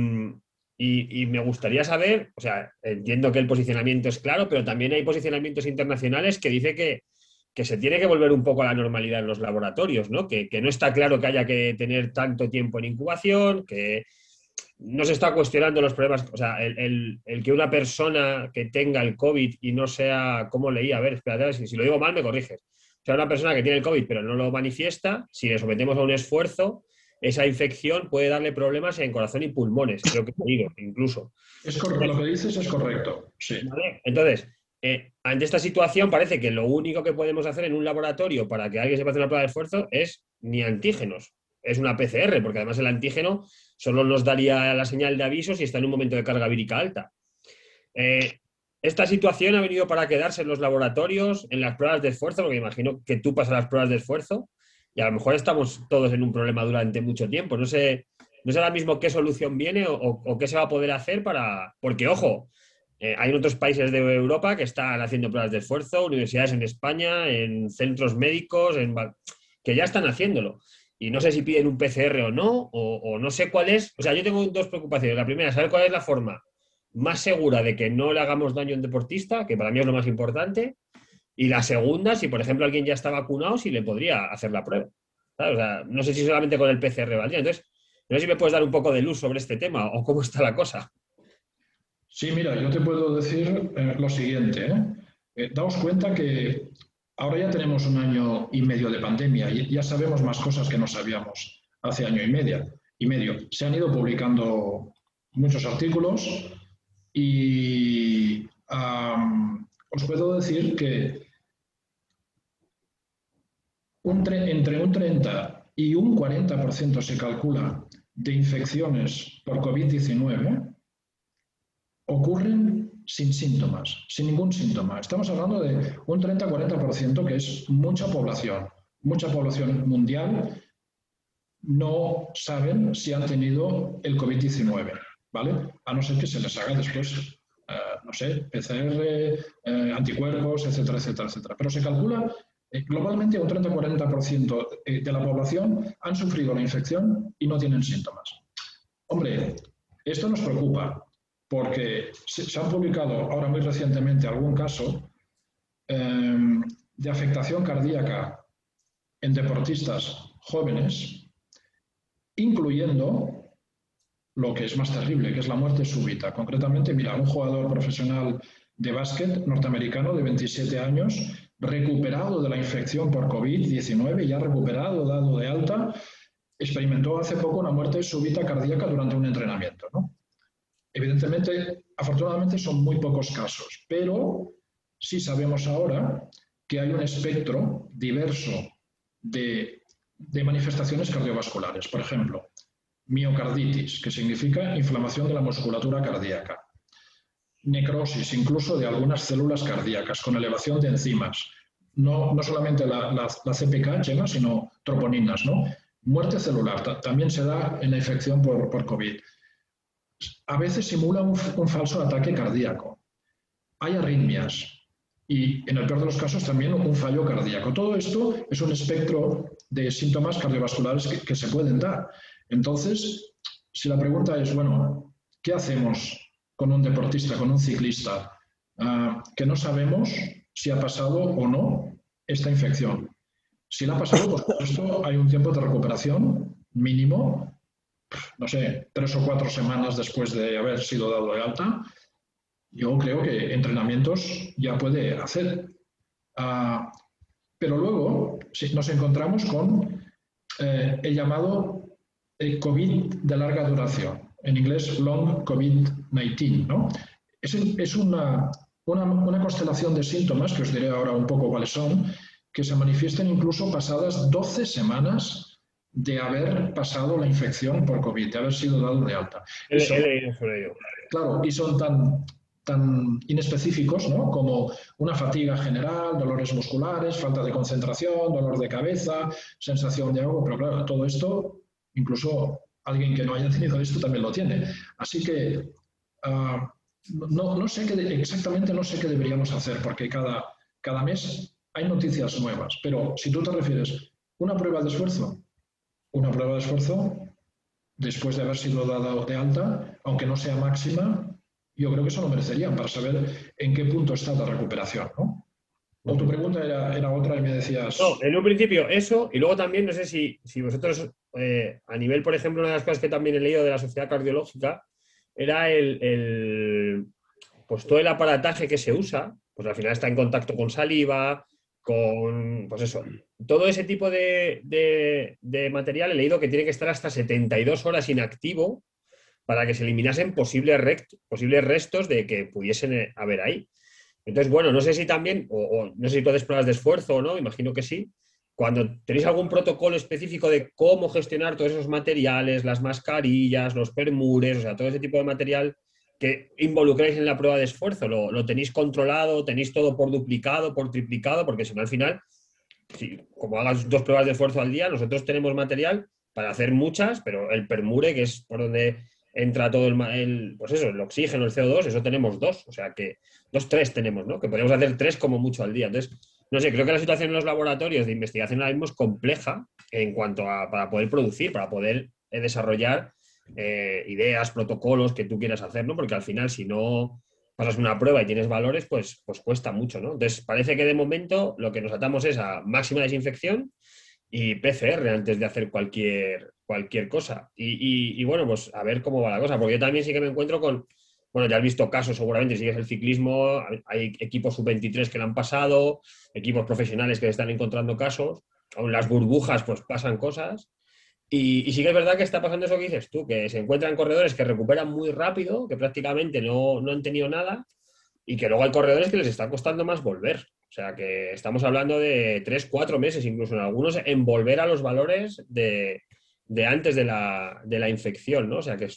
me gustaría saber, o sea, entiendo que el posicionamiento es claro, pero también hay posicionamientos internacionales que dice que se tiene que volver un poco a la normalidad en los laboratorios, ¿no? Que no está claro que haya que tener tanto tiempo en incubación, que no se está cuestionando los problemas, o sea, el que una persona que tenga el COVID y no sea, ¿cómo leía? A ver, espérate, si lo digo mal me corriges. O sea, una persona que tiene el COVID pero no lo manifiesta, si le sometemos a un esfuerzo, esa infección puede darle problemas en corazón y pulmones, creo que he leído, incluso. Es correcto, lo que dices es correcto, sí. ¿Vale? Entonces, ante esta situación parece que lo único que podemos hacer en un laboratorio para que alguien se pase una prueba de esfuerzo es ni antígenos, es una PCR, porque además el antígeno solo nos daría la señal de aviso si está en un momento de carga vírica alta. Esta situación ha venido para quedarse en los laboratorios, en las pruebas de esfuerzo, porque imagino que tú pasas las pruebas de esfuerzo y a lo mejor estamos todos en un problema durante mucho tiempo. No sé ahora mismo qué solución viene o qué se va a poder hacer para... Porque, ojo, hay otros países de Europa que están haciendo pruebas de esfuerzo, universidades en España, en centros médicos, que ya están haciéndolo. Y no sé si piden un PCR o no, o no sé cuál es. O sea, yo tengo dos preocupaciones. La primera, saber cuál es la forma más segura de que no le hagamos daño a un deportista, que para mí es lo más importante. Y la segunda, si por ejemplo alguien ya está vacunado, si le podría hacer la prueba. ¿Sabes? O sea, no sé si solamente con el PCR valdría. Entonces, no sé si me puedes dar un poco de luz sobre este tema o cómo está la cosa. Sí, mira, yo te puedo decir lo siguiente. Daos cuenta que ahora ya tenemos 1 año y medio de pandemia y ya sabemos más cosas que no sabíamos hace 1 año y medio. Se han ido publicando muchos artículos y os puedo decir que entre un 30 y un 40% se calcula de infecciones por COVID-19 ocurren sin síntomas, sin ningún síntoma. Estamos hablando de un 30-40%, que es mucha población mundial. No saben si han tenido el COVID-19, ¿vale? A no ser que se les haga después, no sé, PCR, anticuerpos, etcétera, etcétera, etcétera. Pero se calcula globalmente un 30-40% de la población han sufrido la infección y no tienen síntomas. Hombre, esto nos preocupa porque se han publicado ahora muy recientemente algún caso de afectación cardíaca en deportistas jóvenes, incluyendo lo que es más terrible, que es la muerte súbita. Concretamente, mira, un jugador profesional de básquet norteamericano de 27 años, recuperado de la infección por COVID-19, ya recuperado, dado de alta, experimentó hace poco una muerte súbita cardíaca durante un entrenamiento, ¿no? Evidentemente, afortunadamente son muy pocos casos, pero sí sabemos ahora que hay un espectro diverso de manifestaciones cardiovasculares. Por ejemplo, miocarditis, que significa inflamación de la musculatura cardíaca. Necrosis, incluso de algunas células cardíacas, con elevación de enzimas. No solamente la CPK, Chema, sino troponinas, ¿no? Muerte celular, también se da en la infección por COVID. A veces simula un falso ataque cardíaco. Hay arritmias y, en el peor de los casos, también un fallo cardíaco. Todo esto es un espectro de síntomas cardiovasculares que se pueden dar. Entonces, si la pregunta es, bueno, ¿qué hacemos con un deportista, con un ciclista, que no sabemos si ha pasado o no esta infección? Si la ha pasado, por supuesto, hay un tiempo de recuperación mínimo, no sé, 3 o 4 semanas después de haber sido dado de alta. Yo creo que entrenamientos ya puede hacer. Pero luego nos encontramos con el llamado COVID de larga duración, en inglés Long COVID-19, ¿no? Es una constelación de síntomas, que os diré ahora un poco cuáles son, que se manifiestan incluso pasadas 12 semanas de haber pasado la infección por COVID, de haber sido dado de alta. He leído sobre ello. Claro, y son tan inespecíficos, ¿no? Como una fatiga general, dolores musculares, falta de concentración, dolor de cabeza, sensación de ahogo, pero claro, todo esto, incluso alguien que no haya tenido esto también lo tiene. Así que no sé exactamente no sé qué deberíamos hacer, porque cada mes hay noticias nuevas, pero si tú te refieres una prueba de esfuerzo después de haber sido dado de alta, aunque no sea máxima, yo creo que eso lo merecerían para saber en qué punto está la recuperación, ¿no? O tu pregunta era otra y me decías... No, en un principio eso, y luego también, no sé si vosotros, a nivel, por ejemplo, una de las cosas que también he leído de la Sociedad Cardiológica, era pues todo el aparataje que se usa, pues al final está en contacto con saliva, con, pues eso, todo ese tipo de material he leído que tiene que estar hasta 72 horas inactivo para que se eliminasen posibles restos de que pudiesen haber ahí. Entonces, bueno, no sé si también, o no sé si tú haces pruebas de esfuerzo o no, imagino que sí. Cuando tenéis algún protocolo específico de cómo gestionar todos esos materiales, las mascarillas, los permures, o sea, todo ese tipo de material que involucráis en la prueba de esfuerzo, ¿lo tenéis controlado? ¿Tenéis todo por duplicado, por triplicado? Porque si no, al final, como hagas 2 pruebas de esfuerzo al día, nosotros tenemos material para hacer muchas, pero el permure, que es por donde entra todo pues eso, el oxígeno, el CO2, eso tenemos 2, o sea que 3 tenemos, ¿no? Que podemos hacer 3 como mucho al día. Entonces, no sé, creo que la situación en los laboratorios de investigación ahora mismo es compleja en cuanto a para poder producir, para poder desarrollar ideas, protocolos que tú quieras hacer, ¿no? Porque al final, si no pasas una prueba y tienes valores, pues cuesta mucho, ¿no? Entonces, parece que de momento lo que nos atamos es a máxima desinfección y PCR antes de hacer cualquier cosa. Y bueno, pues a ver cómo va la cosa, porque yo también sí que me encuentro con, bueno, ya has visto casos seguramente, si sigues el ciclismo, hay equipos sub-23 que lo han pasado, equipos profesionales que están encontrando casos, aún las burbujas pues pasan cosas. Y sí que es verdad que está pasando eso que dices tú, que se encuentran corredores que recuperan muy rápido, que prácticamente no han tenido nada, y que luego hay corredores que les está costando más volver. O sea, que estamos hablando de 3, 4 meses, incluso en algunos, en volver a los valores de antes de la infección, ¿no? O sea, que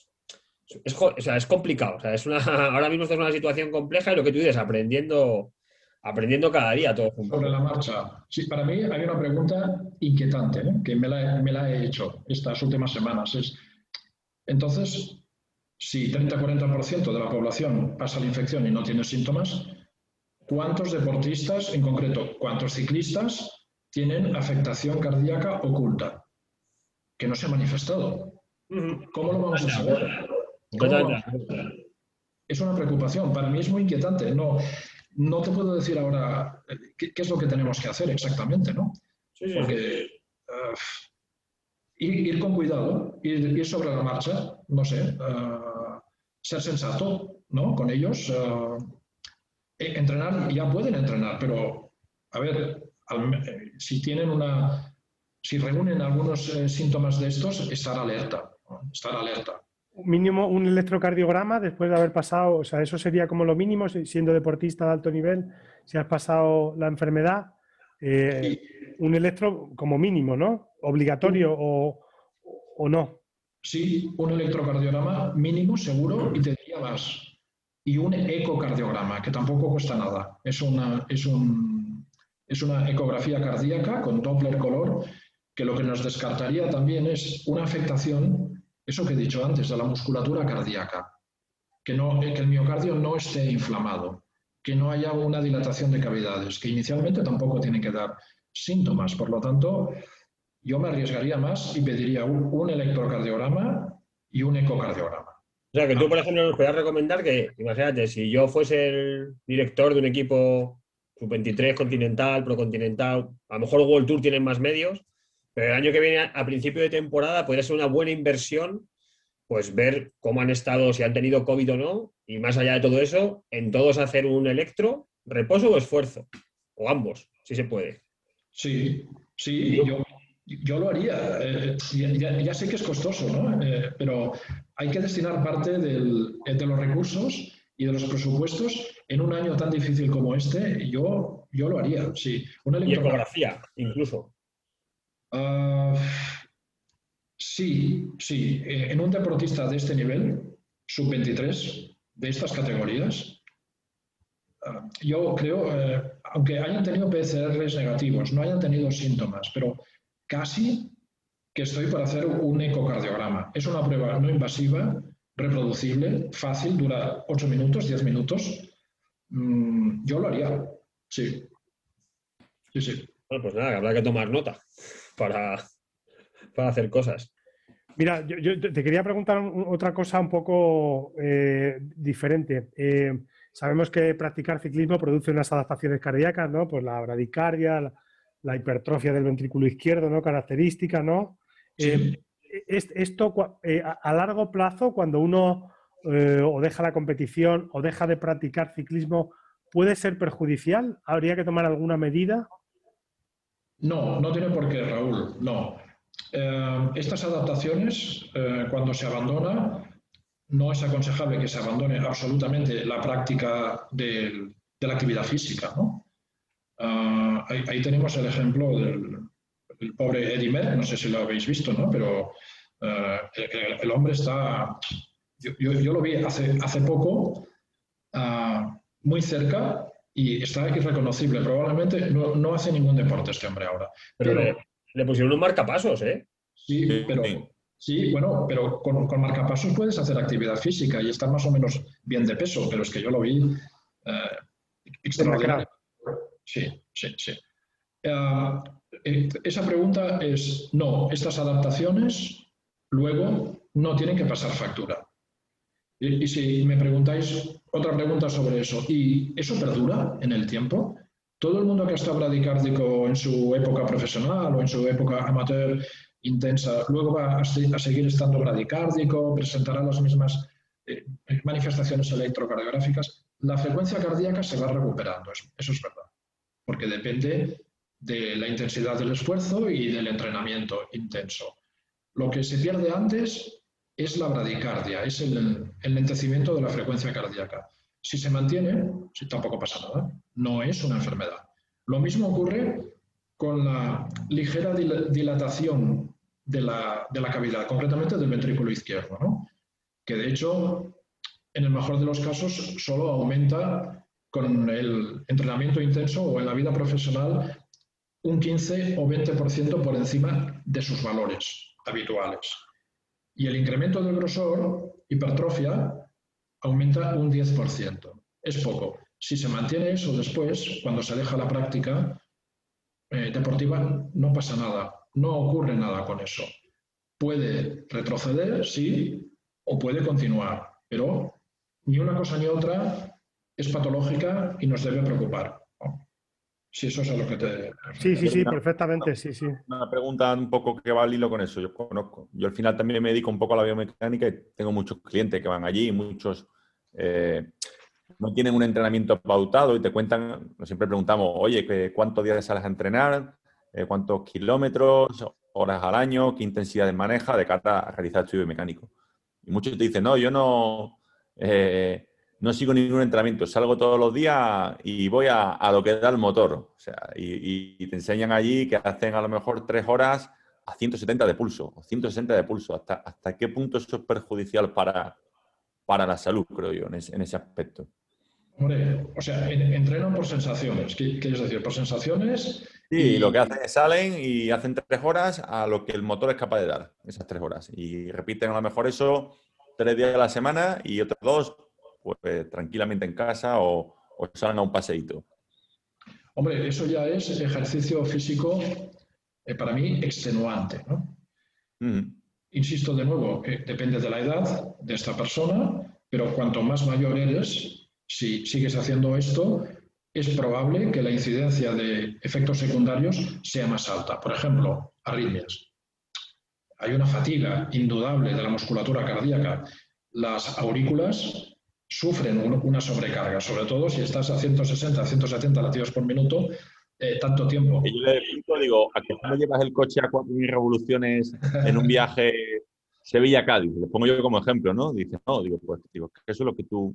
es complicado. O sea, ahora mismo está en una situación compleja y lo que tú dices, aprendiendo cada día todo junto. Sobre la marcha. Sí, para mí hay una pregunta inquietante, ¿no? Que me la he hecho estas últimas semanas. Entonces, si 30-40% de la población pasa la infección y no tiene síntomas, ¿cuántos deportistas, en concreto, cuántos ciclistas tienen afectación cardíaca oculta que no se ha manifestado? ¿Cómo lo vamos a saber? Es una preocupación. Para mí es muy inquietante. No, no te puedo decir ahora qué es lo que tenemos que hacer exactamente, ¿no? Sí. Porque ir con cuidado, ir sobre la marcha, no sé, ser sensato, ¿no? Con ellos. Entrenar, ya pueden entrenar, pero a ver, si reúnen algunos síntomas de estos, estar alerta, ¿no? Estar alerta. Mínimo un electrocardiograma después de haber pasado, o sea, eso sería como lo mínimo, siendo deportista de alto nivel, si has pasado la enfermedad, Sí. un electro como mínimo, ¿no? Obligatorio o no. Sí, un electrocardiograma mínimo seguro y te diría más. Y un ecocardiograma, que tampoco cuesta nada. Es una ecografía cardíaca con Doppler color, que lo que nos descartaría también es una afectación, eso que he dicho antes, de la musculatura cardíaca. Que el miocardio no esté inflamado, que no haya una dilatación de cavidades, que inicialmente tampoco tienen que dar síntomas. Por lo tanto, yo me arriesgaría más y pediría un electrocardiograma y un ecocardiograma. O sea, que tú, por ejemplo, nos podrías recomendar que, imagínate, si yo fuese el director de un equipo sub-23 continental, procontinental, a lo mejor World Tour tienen más medios, pero el año que viene, a principio de temporada, podría ser una buena inversión, pues ver cómo han estado, si han tenido COVID o no, y más allá de todo eso, en todos hacer un electro, reposo o esfuerzo, o ambos, si se puede. Sí, yo lo haría. Ya sé que es costoso, ¿no? Pero hay que destinar parte de los recursos y de los presupuestos en un año tan difícil como este. Yo lo haría, sí. Y ecografía, incluso. Sí. En un deportista de este nivel, sub-23, de estas categorías, yo creo, aunque hayan tenido PCRs negativos, no hayan tenido síntomas, pero casi que estoy por hacer un ecocardiograma. Es una prueba no invasiva, reproducible, fácil, dura 8 minutos, 10 minutos. Yo lo haría, sí. Bueno, pues nada, habrá que tomar nota para hacer cosas. Mira, yo te quería preguntar otra cosa un poco diferente. Sabemos que practicar ciclismo produce unas adaptaciones cardíacas, ¿no? Pues la bradicardia, la hipertrofia del ventrículo izquierdo, ¿no? Característica, ¿no? Sí. Esto a largo plazo, cuando uno o deja la competición o deja de practicar ciclismo, ¿puede ser perjudicial? ¿Habría que tomar alguna medida? No, no tiene por qué, Raúl, no. Estas adaptaciones, cuando se abandona, no es aconsejable que se abandone absolutamente la práctica de la actividad física, ¿no? Ahí tenemos el ejemplo del pobre Eddy Merckx, no sé si lo habéis visto, ¿no? Pero el hombre está... Yo lo vi hace poco, muy cerca, y está irreconocible. Probablemente no hace ningún deporte este hombre ahora. Pero le pusieron un marcapasos, ¿eh? Sí, pero... Sí, bueno, pero con marcapasos puedes hacer actividad física y estar más o menos bien de peso, pero es que yo lo vi extraordinario. Sí. Esa pregunta es, no, estas adaptaciones luego no tienen que pasar factura. Y si me preguntáis otra pregunta sobre eso, ¿y eso perdura en el tiempo? Todo el mundo que ha estado bradicárdico en su época profesional o en su época amateur intensa, luego va a seguir estando bradicárdico, presentará las mismas manifestaciones electrocardiográficas. La frecuencia cardíaca se va recuperando, eso es verdad, porque depende de la intensidad del esfuerzo y del entrenamiento intenso. Lo que se pierde antes es la bradicardia, es el lentecimiento de la frecuencia cardíaca. Si se mantiene, tampoco pasa nada, no es una enfermedad. Lo mismo ocurre con la ligera dilatación de la cavidad, concretamente del ventrículo izquierdo, ¿no? Que de hecho, en el mejor de los casos, solo aumenta con el entrenamiento intenso o en la vida profesional un 15 o 20% por encima de sus valores habituales. Y el incremento del grosor, hipertrofia, aumenta un 10%. Es poco. Si se mantiene eso después, cuando se deja la práctica deportiva, no pasa nada. No ocurre nada con eso. Puede retroceder, sí, o puede continuar, pero ni una cosa ni otra es patológica y nos debe preocupar, ¿no? Si eso es a lo que te... Sí, perfectamente, sí. Una pregunta un poco que va al hilo con eso. Yo al final también me dedico un poco a la biomecánica y tengo muchos clientes que van allí y muchos no tienen un entrenamiento pautado y te cuentan, siempre preguntamos, oye, ¿cuántos días sales a entrenar? ¿Cuántos kilómetros, horas al año? ¿Qué intensidades maneja de cara a realizar estudio biomecánico? Y muchos te dicen, no, yo no sigo ningún entrenamiento, salgo todos los días y voy a lo que da el motor. O sea, y te enseñan allí que hacen a lo mejor 3 horas a 170 de pulso, o 160 de pulso. ¿Hasta qué punto eso es perjudicial para la salud, creo yo, en ese aspecto? Hombre, o sea, entrenan por sensaciones. ¿Quieres decir? Por sensaciones. Sí, lo que hacen es salen y hacen 3 horas a lo que el motor es capaz de dar, esas 3 horas. Y repiten a lo mejor eso 3 días a la semana y otros 2, pues tranquilamente en casa o salen a un paseíto. Hombre, eso ya es ejercicio físico, para mí, extenuante, ¿no? Insisto de nuevo, depende de la edad de esta persona, pero cuanto más mayor eres, si sigues haciendo esto, es probable que la incidencia de efectos secundarios sea más alta. Por ejemplo, arritmias. Hay una fatiga indudable de la musculatura cardíaca. Las aurículas sufren una sobrecarga, sobre todo si estás a 160, 170 latidos por minuto tanto tiempo. Y yo le explico, digo, ¿a qué no llevas el coche a 4.000 revoluciones en un viaje Sevilla-Cádiz? Le pongo yo como ejemplo, ¿no? Dice, no, digo, pues eso es lo que tú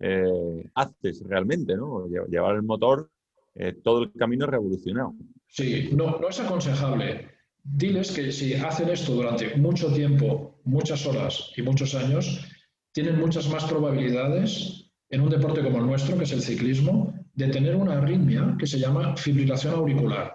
haces realmente, ¿no? Llevar el motor todo el camino revolucionado. Sí, no es aconsejable. Diles que si hacen esto durante mucho tiempo, muchas horas y muchos años, tienen muchas más probabilidades en un deporte como el nuestro, que es el ciclismo, de tener una arritmia que se llama fibrilación auricular.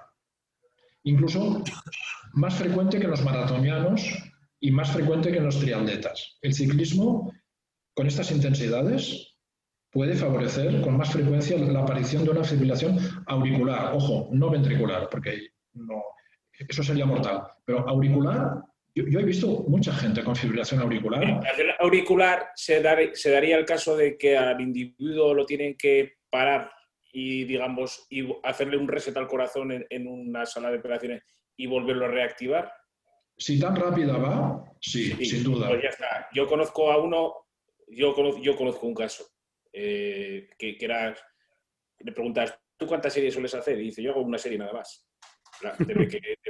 Incluso más frecuente que en los maratonianos y más frecuente que en los triatletas. El ciclismo, con estas intensidades, puede favorecer con más frecuencia la aparición de una fibrilación auricular. Ojo, no ventricular, porque no, eso sería mortal. Pero auricular, yo he visto mucha gente con fibrilación auricular. En auricular se daría el caso de que al individuo lo tienen que parar y, digamos, y hacerle un reset al corazón en una sala de operaciones y volverlo a reactivar. Si tan rápida va, sí, sin duda. Pues ya está. Yo conozco a uno, yo conozco un caso que era, le preguntas, ¿tú cuántas series sueles hacer? Y dice, yo hago una serie nada más. Desde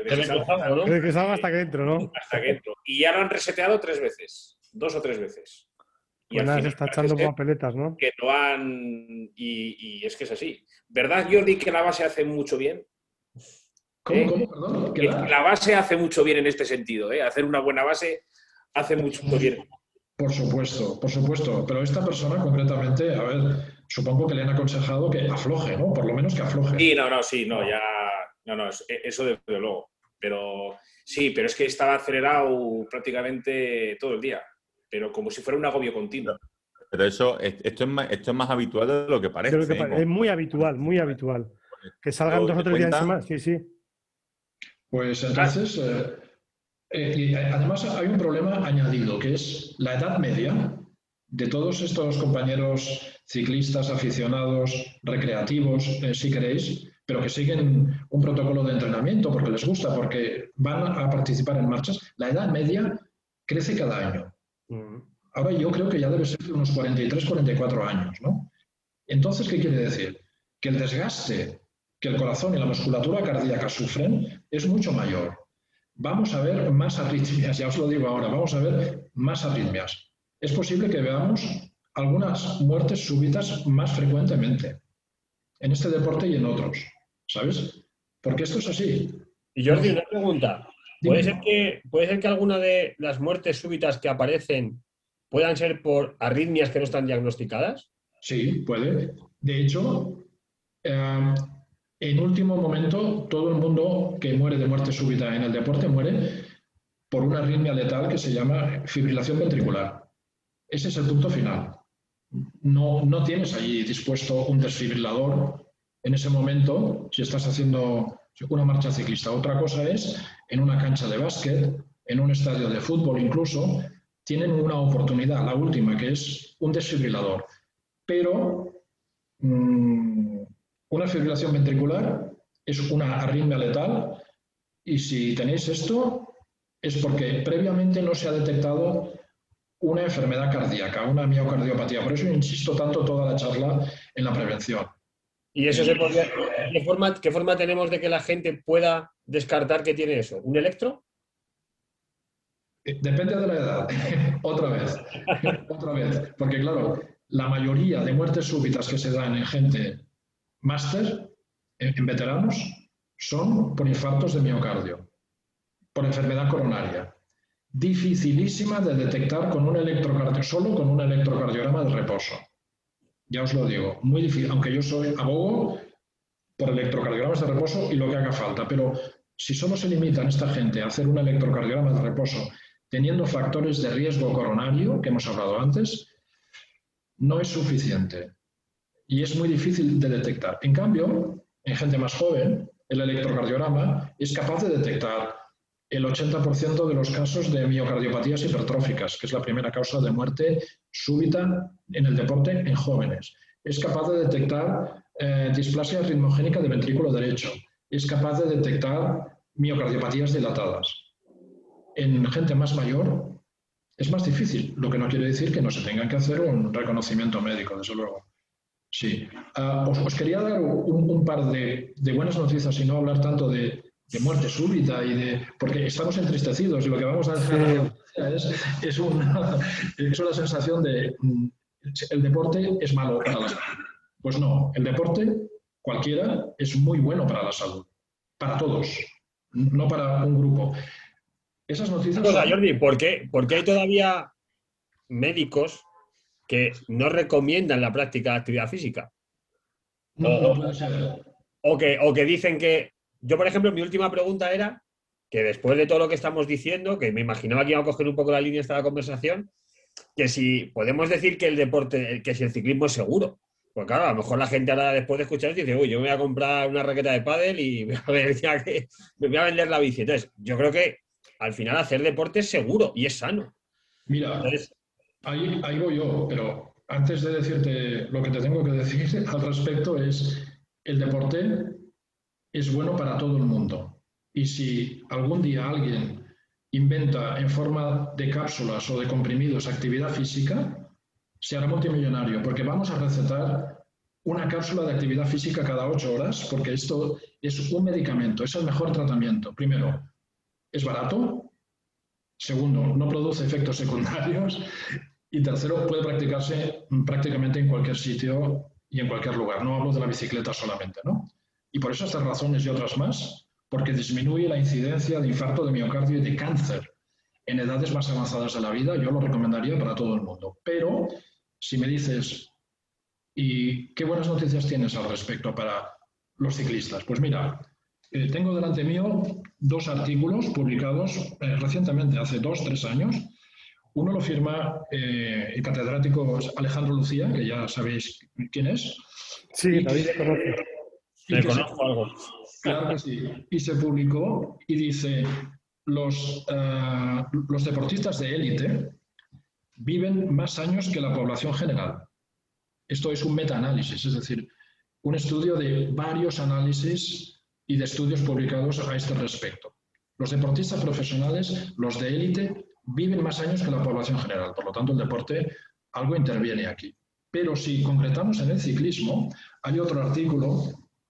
que salga hasta que entro, ¿no? Hasta que entro. Y ya lo han reseteado 3 veces, 2 o 3 veces. Y pues nada, se está echando papeletas, ¿no? Que lo han... Y es que es así. ¿Verdad, Jordi, que la base hace mucho bien? ¿Cómo? Perdón. Que la base hace mucho bien en este sentido, ¿eh? Hacer una buena base hace mucho bien. Por supuesto. Pero esta persona concretamente, a ver, supongo que le han aconsejado que afloje, ¿no? Por lo menos que afloje. Sí, eso desde luego. Pero sí, pero es que estaba acelerado prácticamente todo el día, pero como si fuera un agobio continuo. Pero esto es más habitual de lo que parece. Es muy habitual. Que salgan 2 o 3 días más, sí. Pues entonces, y además hay un problema añadido, que es la edad media de todos estos compañeros ciclistas, aficionados, recreativos, si queréis, pero que siguen un protocolo de entrenamiento porque les gusta, porque van a participar en marchas. La edad media crece cada año. Ahora yo creo que ya debe ser de unos 43, 44 años, ¿no? Entonces, ¿qué quiere decir? Que el desgaste que el corazón y la musculatura cardíaca sufren es mucho mayor. Vamos a ver más arritmias, ya os lo digo ahora, vamos a ver más arritmias. Es posible que veamos algunas muertes súbitas más frecuentemente en este deporte y en otros, ¿sabes? Porque esto es así. Y Jordi, una pregunta. ¿Puede ser que alguna de las muertes súbitas que aparecen puedan ser por arritmias que no están diagnosticadas? Sí, puede. De hecho, en último momento, todo el mundo que muere de muerte súbita en el deporte muere por una arritmia letal que se llama fibrilación ventricular. Ese es el punto final. No tienes allí dispuesto un desfibrilador en ese momento si estás haciendo una marcha ciclista. Otra cosa es en una cancha de básquet, en un estadio de fútbol incluso, tienen una oportunidad, la última, que es un desfibrilador. Pero una fibrilación ventricular es una arritmia letal y si tenéis esto es porque previamente no se ha detectado una enfermedad cardíaca, una miocardiopatía. Por eso insisto tanto toda la charla en la prevención. ¿Y eso qué forma tenemos de que la gente pueda descartar que tiene eso? ¿Un electro? Depende de la edad. Otra vez. Porque claro, la mayoría de muertes súbitas que se dan en gente máster, en veteranos, son por infartos de miocardio, por enfermedad coronaria. Dificilísima de detectar con un solo con un electrocardiograma de reposo. Ya os lo digo, muy difícil, aunque yo abogo por electrocardiogramas de reposo y lo que haga falta, pero si solo se limitan esta gente a hacer un electrocardiograma de reposo teniendo factores de riesgo coronario, que hemos hablado antes, no es suficiente y es muy difícil de detectar. En cambio, en gente más joven, el electrocardiograma es capaz de detectar el 80% de los casos de miocardiopatías hipertróficas, que es la primera causa de muerte súbita en el deporte en jóvenes. Es capaz de detectar displasia ritmogénica del ventrículo derecho. Es capaz de detectar miocardiopatías dilatadas. En gente más mayor es más difícil, lo que no quiere decir que no se tenga que hacer un reconocimiento médico, desde luego. Sí. Os quería dar un par de buenas noticias y no hablar tanto de muerte súbita porque estamos entristecidos y lo que vamos a dejar es una sensación de el deporte es malo para la salud. Pues no, el deporte cualquiera es muy bueno para la salud, para todos, no para un grupo. Esas noticias... Jordi, ¿por qué hay todavía médicos que no recomiendan la práctica de actividad física? No puede ser. O que dicen que... Yo, por ejemplo, mi última pregunta era que después de todo lo que estamos diciendo, que me imaginaba que iba a coger un poco la línea esta de la conversación, que si podemos decir que el deporte, que si el ciclismo es seguro. Pues claro, a lo mejor la gente ahora después de escuchar dice, uy, yo me voy a comprar una raqueta de pádel y me voy a vender la bici. Entonces, yo creo que al final hacer deporte es seguro y es sano. Mira, entonces, ahí voy yo, pero antes de decirte lo que te tengo que decir al respecto es el deporte es bueno para todo el mundo. Y si algún día alguien inventa en forma de cápsulas o de comprimidos actividad física, se hará multimillonario, porque vamos a recetar una cápsula de actividad física cada 8 horas, porque esto es un medicamento, es el mejor tratamiento. Primero, es barato. Segundo, no produce efectos secundarios. Y tercero, puede practicarse prácticamente en cualquier sitio y en cualquier lugar. No hablo de la bicicleta solamente, ¿no? Y por esas razones y otras más, porque disminuye la incidencia de infarto de miocardio y de cáncer en edades más avanzadas de la vida, yo lo recomendaría para todo el mundo. Pero si me dices, ¿y qué buenas noticias tienes al respecto para los ciclistas? Pues mira, tengo delante mío 2 artículos publicados recientemente, hace 2-3 años. Uno lo firma el catedrático Alejandro Lucía, que ya sabéis quién es. Sí, David le conoce. Le conozco algo. Claro que sí. Y se publicó y dice, los deportistas de élite viven más años que la población general. Esto es un metaanálisis, es decir, un estudio de varios análisis y de estudios publicados a este respecto. Los deportistas profesionales, los de élite, viven más años que la población general. Por lo tanto, el deporte algo interviene aquí. Pero si concretamos en el ciclismo, hay otro artículo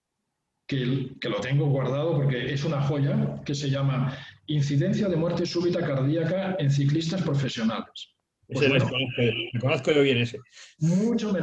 que lo tengo guardado porque es una joya, que se llama Incidencia de muerte súbita cardíaca en ciclistas profesionales. Pues bueno, le conozco yo bien ese. Mucho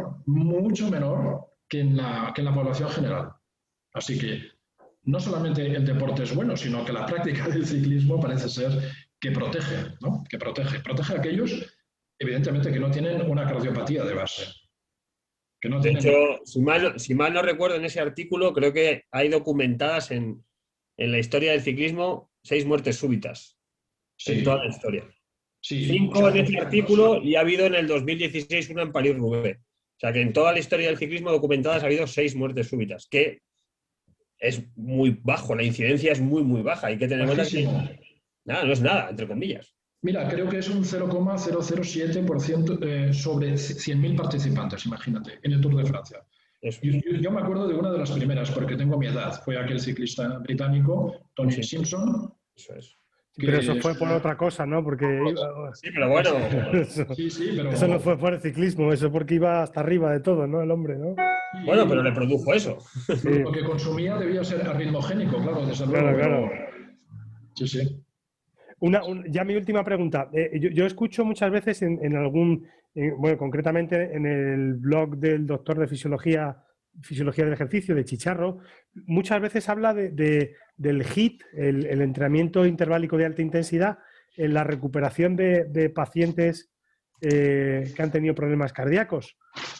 menor que en la población general. Así que no solamente el deporte es bueno, sino que la práctica del ciclismo parece ser que protege, ¿no? Que protege a aquellos, evidentemente, que no tienen una cardiopatía de base. De hecho, si mal no recuerdo, en ese artículo creo que hay documentadas en la historia del ciclismo 6 muertes súbitas. Sí. En toda la historia. Sí. 5 en ese artículo y ha habido en el 2016 una en París-Roubaix. O sea que en toda la historia del ciclismo documentadas ha habido 6 muertes súbitas, que es muy bajo, la incidencia es muy, muy baja. Hay que tener en cuenta que nada, no es nada, entre comillas. Mira, creo que es un 0,007% sobre 100.000 participantes, imagínate, en el Tour de Francia. Yo me acuerdo de una de las primeras, porque tengo mi edad. Fue aquel ciclista británico, Tony Simpson. Eso es. Pero eso fue por otra cosa, ¿no? Porque Sí, pero bueno. Eso no fue por el ciclismo, eso porque iba hasta arriba de todo, ¿no? El hombre, ¿no? Bueno, pero le produjo eso. Sí. Lo que consumía debía ser arritmogénico, claro, desde luego. Claro. Sí, sí. Ya mi última pregunta. Yo escucho muchas veces en algún, bueno, concretamente en el blog del doctor de Fisiología del Ejercicio, de Chicharro, muchas veces habla del HIIT, el entrenamiento interválico de alta intensidad, en la recuperación de pacientes que han tenido problemas cardíacos.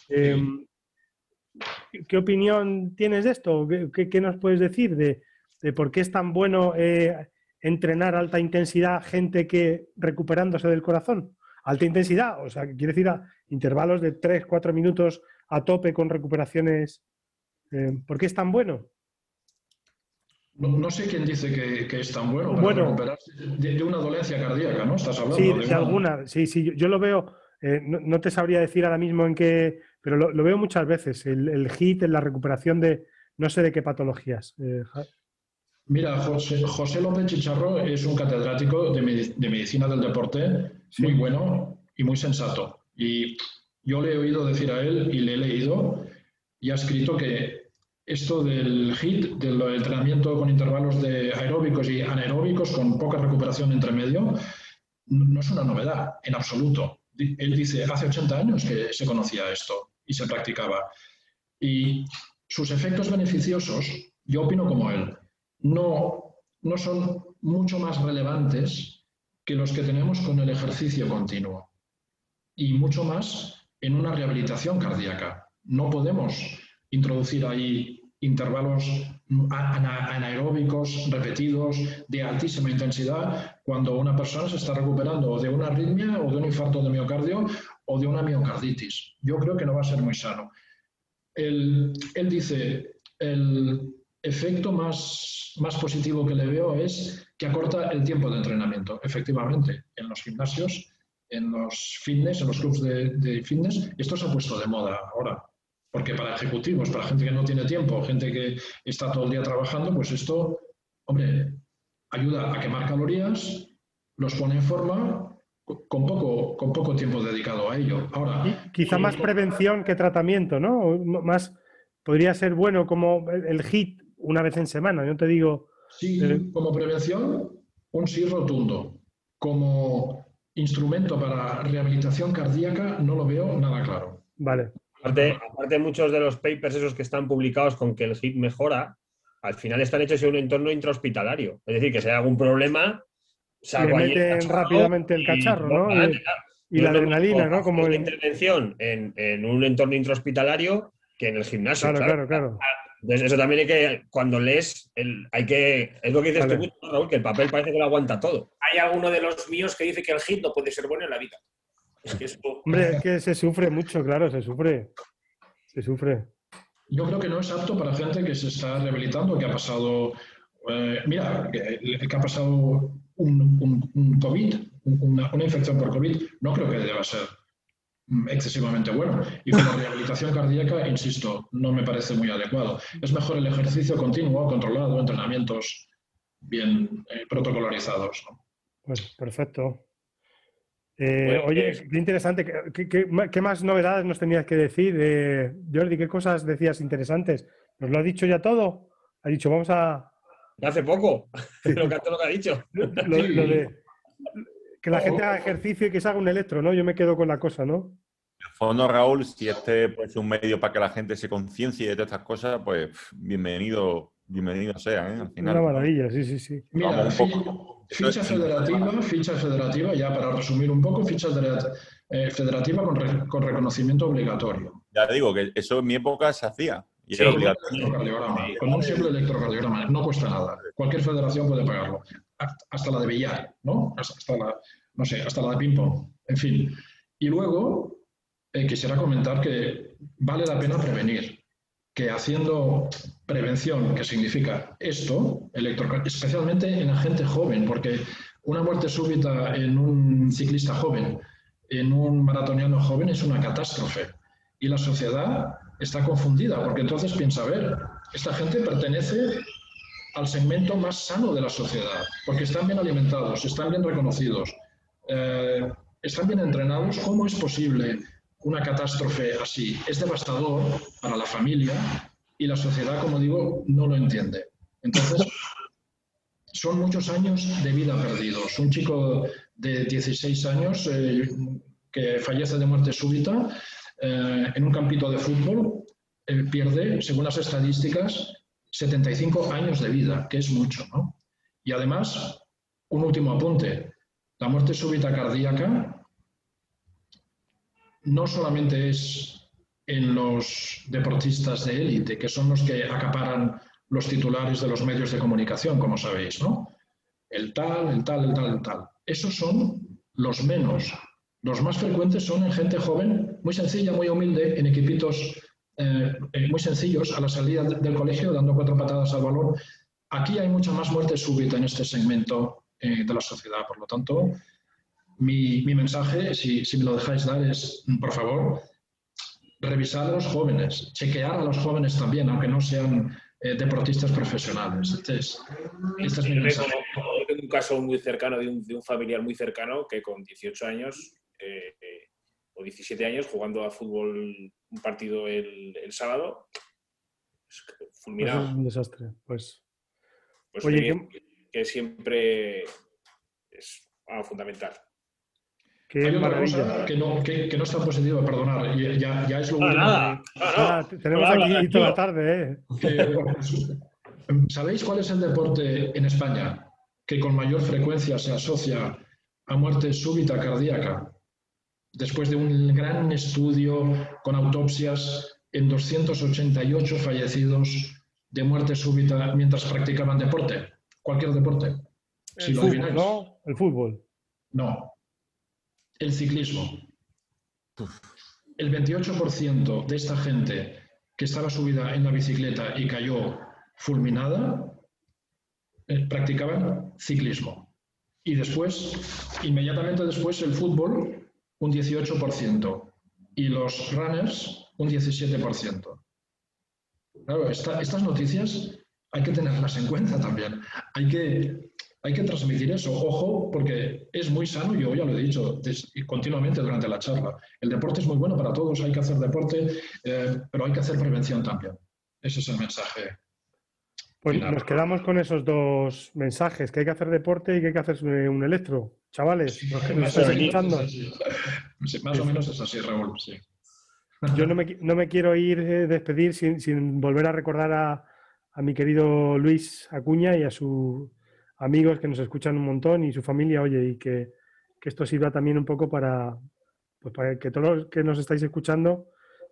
¿Qué opinión tienes de esto? ¿Qué nos puedes decir de por qué es tan bueno entrenar alta intensidad gente que recuperándose del corazón? Alta intensidad, o sea, quiere decir a intervalos de 3-4 minutos a tope con recuperaciones. ¿Por qué es tan bueno? No sé quién dice que es tan bueno para recuperarse de una dolencia cardíaca, ¿no? ¿Estás hablando? Sí, de alguna. Sí, yo lo veo. No te sabría decir ahora mismo en qué, pero lo veo muchas veces. El HIIT en la recuperación de no sé de qué patologías. Mira, José López Chicharro es un catedrático de medicina del deporte, muy bueno y muy sensato. Y yo le he oído decir a él y le he leído y ha escrito que esto del HIIT, del entrenamiento con intervalos de aeróbicos y anaeróbicos con poca recuperación entre medio, no es una novedad en absoluto. Él dice, hace 80 años que se conocía esto y se practicaba. Y sus efectos beneficiosos, yo opino como él, no son mucho más relevantes que los que tenemos con el ejercicio continuo y mucho más en una rehabilitación cardíaca. No podemos introducir ahí intervalos anaeróbicos repetidos de altísima intensidad cuando una persona se está recuperando de una arritmia o de un infarto de miocardio o de una miocarditis. Yo creo que no va a ser muy sano. Él dice, el efecto más positivo que le veo es que acorta el tiempo de entrenamiento. Efectivamente, en los gimnasios, en los fitness, en los clubs de fitness, esto se ha puesto de moda ahora. Porque para ejecutivos, para gente que no tiene tiempo, gente que está todo el día trabajando, pues esto, hombre, ayuda a quemar calorías, los pone en forma con poco tiempo dedicado a ello. Ahora, quizá más prevención que tratamiento, ¿no? Podría ser bueno como el HIIT una vez en semana, yo te digo. Sí, como prevención, un sí rotundo. Como instrumento para rehabilitación cardíaca, no lo veo nada claro. Vale. Aparte, muchos de los papers esos que están publicados con que el HIIT mejora, al final están hechos en un entorno intrahospitalario. Es decir, que si hay algún problema, le meten rápidamente el cacharro, ¿no? Y la adrenalina, ¿no? Como la intervención en un entorno intrahospitalario que en el gimnasio. Claro. Entonces, eso también hay que, cuando lees, es lo que dices tú, Raúl, que el papel parece que lo aguanta todo. Hay alguno de los míos que dice que el HIIT no puede ser bueno en la vida. Es que eso... Hombre, es que se sufre mucho, claro, se sufre. Yo creo que no es apto para gente que se está rehabilitando, que ha pasado, que ha pasado un COVID, una infección por COVID, no creo que deba ser excesivamente bueno. Y como rehabilitación cardíaca, insisto, no me parece muy adecuado. Es mejor el ejercicio continuo, controlado, entrenamientos bien protocolarizados, ¿no? Pues perfecto. Oye, qué interesante. ¿Qué más novedades nos tenías que decir? Jordi, ¿qué cosas decías interesantes? ¿Nos lo ha dicho ya todo? Ha dicho, vamos a... Hace poco, lo que ha dicho. Lo de que la gente haga ejercicio y que se haga un electro, ¿no? Yo me quedo con la cosa, ¿no? En el fondo, Raúl, si este es un medio para que la gente se conciencie de estas cosas, pues bienvenido sea, ¿eh? Al final, una maravilla, sí. Mira, ficha federativa, ya para resumir un poco, ficha federativa con reconocimiento obligatorio. Ya digo que eso en mi época se hacía. Y sí, con un simple electrocardiograma, no cuesta nada. Cualquier federación puede pagarlo. Hasta la de billar, ¿no? Hasta la de ping-pong, en fin. Y luego, quisiera comentar que vale la pena prevenir. Que haciendo prevención, que significa esto, especialmente en la gente joven, porque una muerte súbita en un ciclista joven, en un maratoniano joven, es una catástrofe. Y la sociedad está confundida, porque entonces piensa, a ver, esta gente pertenece al segmento más sano de la sociedad, porque están bien alimentados, están bien reconocidos, están bien entrenados. ¿Cómo es posible una catástrofe así? Es devastador para la familia y la sociedad, como digo, no lo entiende. Entonces, son muchos años de vida perdidos. Un chico de 16 años que fallece de muerte súbita en un campito de fútbol pierde, según las estadísticas, 75 años de vida, que es mucho, ¿no? Y además, un último apunte. La muerte súbita cardíaca no solamente es en los deportistas de élite, que son los que acaparan los titulares de los medios de comunicación, como sabéis, ¿no? El tal. Esos son los menos. Los más frecuentes son en gente joven, muy sencilla, muy humilde, en equipitos muy sencillos, a la salida del colegio, dando 4 patadas al balón. Aquí hay mucha más muerte súbita en este segmento de la sociedad. Por lo tanto, mi mensaje, si me lo dejáis dar, es, por favor, revisar a los jóvenes, chequear a los jóvenes también, aunque no sean deportistas profesionales. Este es mi mensaje. Yo tengo un caso muy cercano de un familiar muy cercano que con 18 años o 17 años jugando a fútbol un partido el sábado, fulminado. Pues es un desastre. Pues oye, que siempre es fundamental. Hay otra cosa que no está positiva, perdonad, ya es lo último. Tenemos aquí toda la tarde. ¿Sabéis cuál es el deporte en España que con mayor frecuencia se asocia a muerte súbita cardíaca? Después de un gran estudio con autopsias en 288 fallecidos de muerte súbita mientras practicaban deporte. Cualquier deporte. El fútbol, ¿no? El fútbol. No. El ciclismo. El 28% de esta gente que estaba subida en la bicicleta y cayó fulminada practicaban ciclismo. Y después, inmediatamente después, el fútbol, un 18%. Y los runners, un 17%. Claro, estas noticias hay que tenerlas en cuenta también. Hay que transmitir eso. Ojo, porque es muy sano, yo ya lo he dicho continuamente durante la charla. El deporte es muy bueno para todos, hay que hacer deporte, pero hay que hacer prevención también. Ese es el mensaje. Pues final. Nos quedamos con esos dos mensajes, que hay que hacer deporte y que hay que hacer un electro. Chavales, los que nos estáis escuchando. Más o menos es así, Raúl, sí. Yo no me quiero despedir sin volver a recordar a mi querido Luis Acuña y a sus amigos que nos escuchan un montón y su familia, oye, y que esto sirva también un poco para que todos los que nos estáis escuchando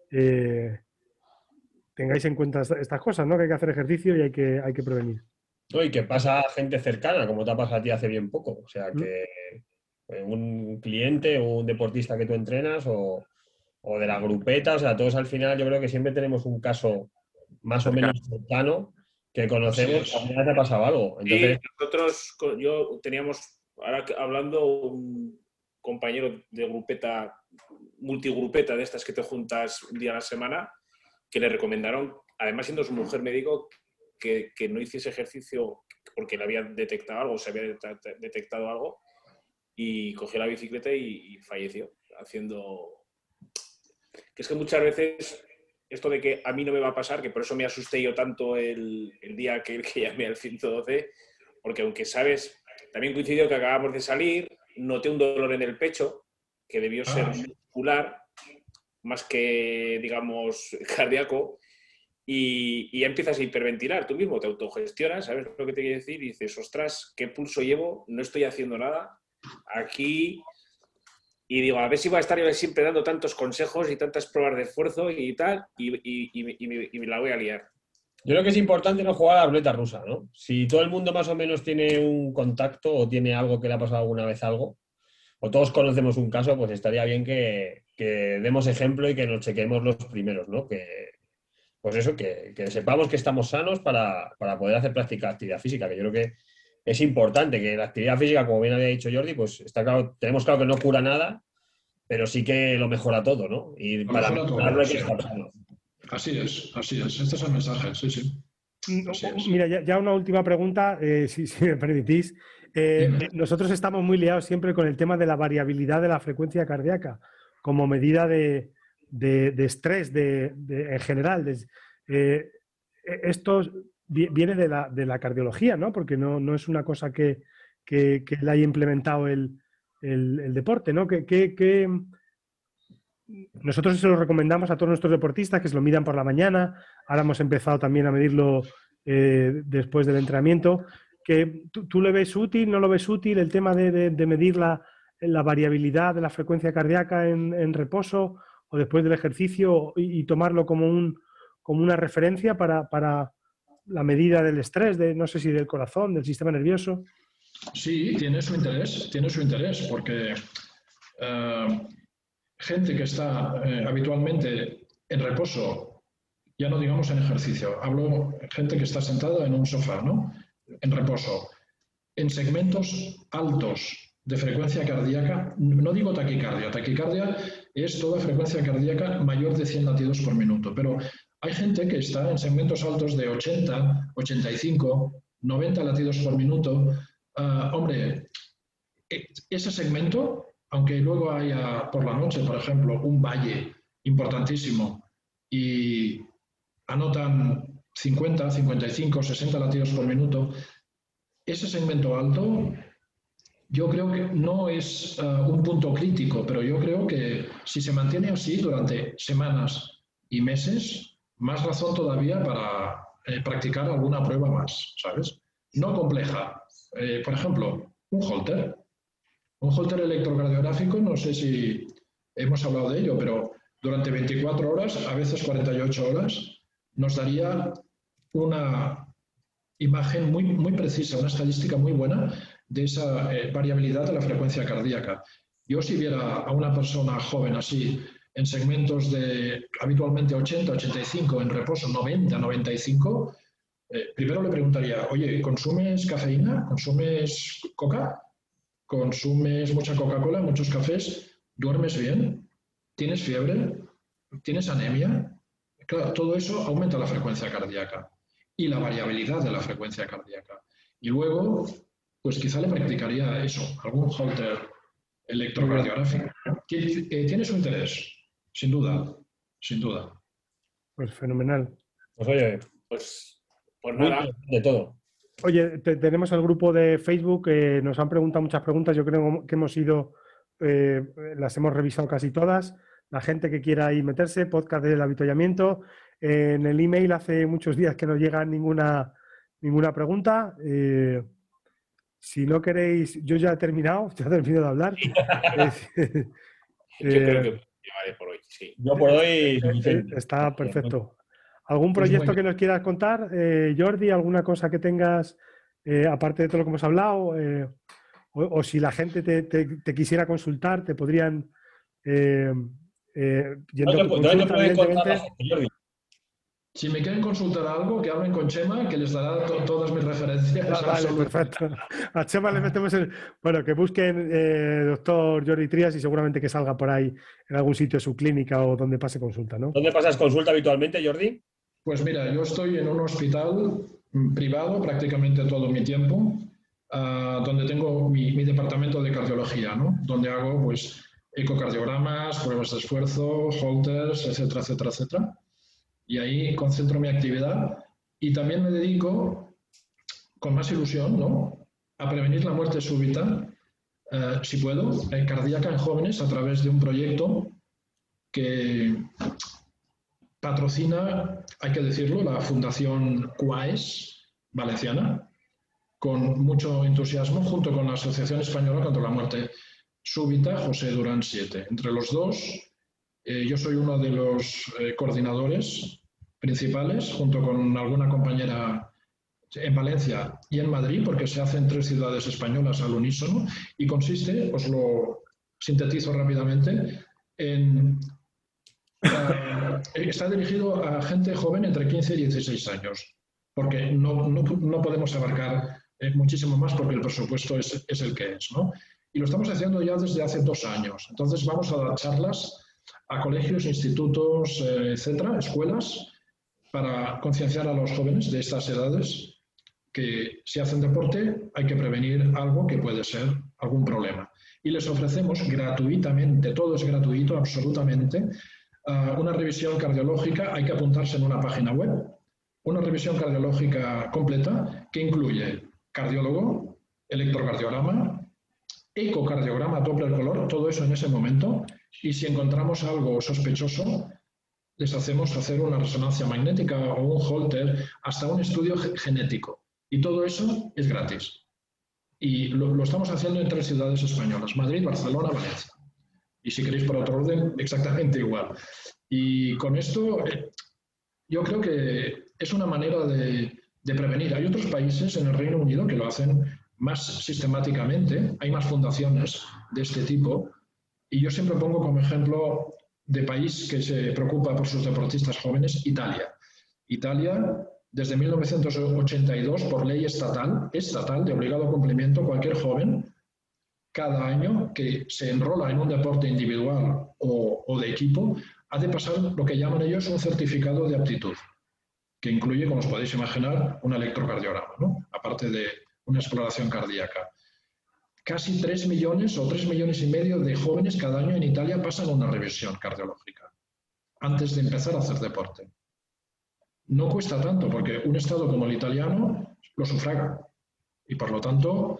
tengáis en cuenta estas cosas, ¿no? Que hay que hacer ejercicio y hay que prevenir. Y que pasa gente cercana, como te ha pasado a ti hace bien poco. O sea, que un cliente o un deportista que tú entrenas o de la grupeta, o sea, todos al final yo creo que siempre tenemos un caso más o menos cercano que conocemos, sí. Al te ha pasado algo. Entonces... Sí, yo teníamos, ahora hablando, un compañero de grupeta, multigrupeta de estas que te juntas un día a la semana, que le recomendaron, además siendo su mujer médico, que no hiciese ejercicio porque le había detectado algo, se había detectado algo, y cogió la bicicleta y falleció haciendo... Que es que muchas veces esto de que a mí no me va a pasar, que por eso me asusté yo tanto el día que llamé al 112, porque aunque sabes, también coincidió que acabamos de salir, noté un dolor en el pecho, que debió ser muscular, más que, digamos, cardíaco, y ya empiezas a hiperventilar, tú mismo te autogestionas, ¿sabes lo que te quiero decir? Y dices, ostras, ¿qué pulso llevo? No estoy haciendo nada. Aquí... Y digo, a ver si voy a estar yo siempre dando tantos consejos y tantas pruebas de esfuerzo y tal, y me la voy a liar. Yo creo que es importante no jugar a la ruleta rusa, ¿no? Si todo el mundo más o menos tiene un contacto o tiene algo que le ha pasado alguna vez algo, o todos conocemos un caso, pues estaría bien que demos ejemplo y que nos chequemos los primeros, ¿no? Pues eso, que sepamos que estamos sanos para poder hacer práctica de actividad física, que yo creo que es importante, que la actividad física, como bien había dicho Jordi, pues está claro, tenemos claro que no cura nada, pero sí que lo mejora todo, ¿no? Y para mejorarlo hay que estar sano. Así es. Este es el mensaje, sí, sí. Así es. Mira, ya una última pregunta, si me permitís. Nosotros estamos muy liados siempre con el tema de la variabilidad de la frecuencia cardíaca como medida de estrés en general. Esto viene de la cardiología, ¿no? Porque no es una cosa que la haya implementado el deporte, ¿no? Nosotros se lo recomendamos a todos nuestros deportistas que se lo midan por la mañana. Ahora hemos empezado también a medirlo después del entrenamiento. Que ¿Tú le ves útil, no lo ves útil el tema de medir la variabilidad de la frecuencia cardíaca en reposo o después del ejercicio y tomarlo como una referencia para la medida del estrés, no sé si del corazón, del sistema nervioso? Sí, tiene su interés, porque gente que está habitualmente en reposo, ya no digamos en ejercicio, hablo de gente que está sentada en un sofá, ¿no? En reposo, en segmentos altos de frecuencia cardíaca, no digo taquicardia, taquicardia es toda frecuencia cardíaca mayor de 100 latidos por minuto, pero hay gente que está en segmentos altos de 80, 85, 90 latidos por minuto. Hombre, ese segmento, aunque luego haya por la noche, por ejemplo, un valle importantísimo y anotan 50, 55, 60 latidos por minuto, ese segmento alto yo creo que no es un punto crítico, pero yo creo que si se mantiene así durante semanas y meses, más razón todavía para practicar alguna prueba más, ¿sabes? No compleja. Por ejemplo, un holter electrocardiográfico, no sé si hemos hablado de ello, pero durante 24 horas, a veces 48 horas, nos daría una imagen muy precisa, una estadística muy buena de esa variabilidad de la frecuencia cardíaca. Yo si viera a una persona joven así, en segmentos de habitualmente 80, 85, en reposo 90, 95, primero le preguntaría, oye, ¿consumes cafeína? ¿Consumes coca? ¿Consumes mucha Coca-Cola, muchos cafés? ¿Duermes bien? ¿Tienes fiebre? ¿Tienes anemia? Claro, todo eso aumenta la frecuencia cardíaca y la variabilidad de la frecuencia cardíaca. Y luego, pues quizá le practicaría eso, algún holter electrocardiográfico. Tiene su interés, sin duda, sin duda. Pues fenomenal. Pues oye, Pues nada. De todo. Oye, tenemos el grupo de Facebook, nos han preguntado muchas preguntas, yo creo que las hemos revisado casi todas. La gente que quiera ahí meterse, podcast del avituallamiento. En el email hace muchos días que no llega ninguna pregunta. Si no queréis, yo ya he terminado de hablar. Yo creo que llevaré por hoy, sí. Yo por hoy... Está perfecto. ¿Algún proyecto que nos quieras contar, Jordi? ¿Alguna cosa que tengas, aparte de todo lo que hemos hablado? O si la gente te quisiera consultar, te podrían... yendo ¿Dónde te pueden contar la gente, Jordi? Si me quieren consultar algo, que hablen con Chema, que les dará todas mis referencias. Vale, perfecto. A Chema le metemos Bueno, que busquen doctor Jordi Trías y seguramente que salga por ahí en algún sitio de su clínica o donde pase consulta, ¿no? ¿Dónde pasas consulta habitualmente, Jordi? Pues mira, yo estoy en un hospital privado prácticamente todo mi tiempo, donde tengo mi departamento de cardiología, ¿no? Donde hago pues ecocardiogramas, pruebas de esfuerzo, holters, etcétera, etcétera, etcétera. Y ahí concentro mi actividad y también me dedico con más ilusión, ¿no?, a prevenir la muerte súbita, si puedo, cardíaca en jóvenes a través de un proyecto que patrocina, hay que decirlo, la Fundación QAES valenciana, con mucho entusiasmo, junto con la Asociación Española contra la Muerte Súbita, José Durán 7. Entre los dos, yo soy uno de los coordinadores principales, junto con alguna compañera en Valencia y en Madrid, porque se hace en 3 ciudades españolas al unísono, y consiste, os lo sintetizo rápidamente, está dirigido a gente joven entre 15 y 16 años, porque no podemos abarcar muchísimo más porque el presupuesto es el que es, ¿no? Y lo estamos haciendo ya desde hace 2 años. Entonces vamos a dar charlas a colegios, institutos, etcétera, escuelas, para concienciar a los jóvenes de estas edades que si hacen deporte hay que prevenir algo que puede ser algún problema. Y les ofrecemos gratuitamente, todo es gratuito, absolutamente, una revisión cardiológica. Hay que apuntarse en una página web, una revisión cardiológica completa que incluye cardiólogo, electrocardiograma, ecocardiograma, Doppler color, todo eso en ese momento. Y si encontramos algo sospechoso, les hacemos hacer una resonancia magnética o un Holter, hasta un estudio genético. Y todo eso es gratis. Y lo estamos haciendo en 3 ciudades españolas: Madrid, Barcelona, Valencia. Y si queréis por otro orden, exactamente igual. Y con esto yo creo que es una manera de prevenir. Hay otros países en el Reino Unido que lo hacen más sistemáticamente. Hay más fundaciones de este tipo. Y yo siempre pongo como ejemplo de país que se preocupa por sus deportistas jóvenes, Italia. Italia, desde 1982, por ley estatal de obligado cumplimiento, cualquier joven, cada año que se enrola en un deporte individual o de equipo, ha de pasar lo que llaman ellos un certificado de aptitud, que incluye, como os podéis imaginar, un electrocardiograma, ¿no? Aparte de una exploración cardíaca. Casi 3 millones o 3 millones y medio de jóvenes cada año en Italia pasan una revisión cardiológica antes de empezar a hacer deporte. No cuesta tanto, porque un estado como el italiano lo sufraga. Y por lo tanto,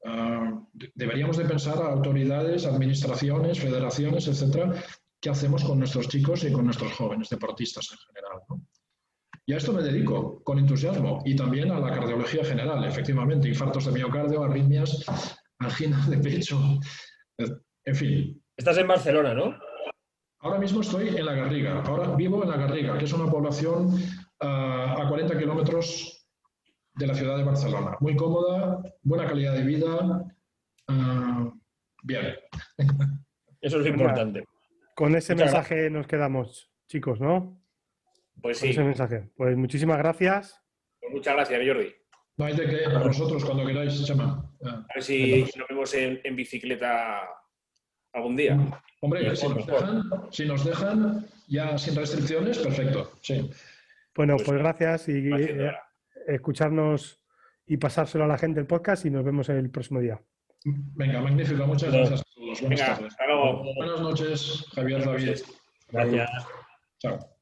deberíamos de pensar a autoridades, administraciones, federaciones, etcétera, qué hacemos con nuestros chicos y con nuestros jóvenes deportistas en general, ¿no? Y a esto me dedico con entusiasmo, y también a la cardiología general, efectivamente, infartos de miocardio, arritmias, angina de pecho, en fin. Estás en Barcelona, ¿no? Ahora mismo estoy en La Garriga. Ahora vivo en La Garriga, que es una población a 40 kilómetros de la ciudad de Barcelona. Muy cómoda, buena calidad de vida. Bien. Eso es lo importante. Con ese Muchas mensaje nos quedamos, chicos, ¿no? Pues Con sí. ese mensaje. Pues muchísimas gracias. Pues muchas gracias, Jordi. No hay de qué, a vosotros cuando queráis, Chema. A ver si nos vemos en bicicleta algún día. Hombre, si nos dejan, ya sin restricciones, perfecto. Sí. Bueno, Pues pues gracias y haciendo ahora. escucharnos y pasárselo a la gente el podcast, y nos vemos el próximo día. Venga, magnífico. Muchas gracias a todos. Buenas Venga, tardes. hasta luego. Buenas noches, Javier, David. Gracias. Chao.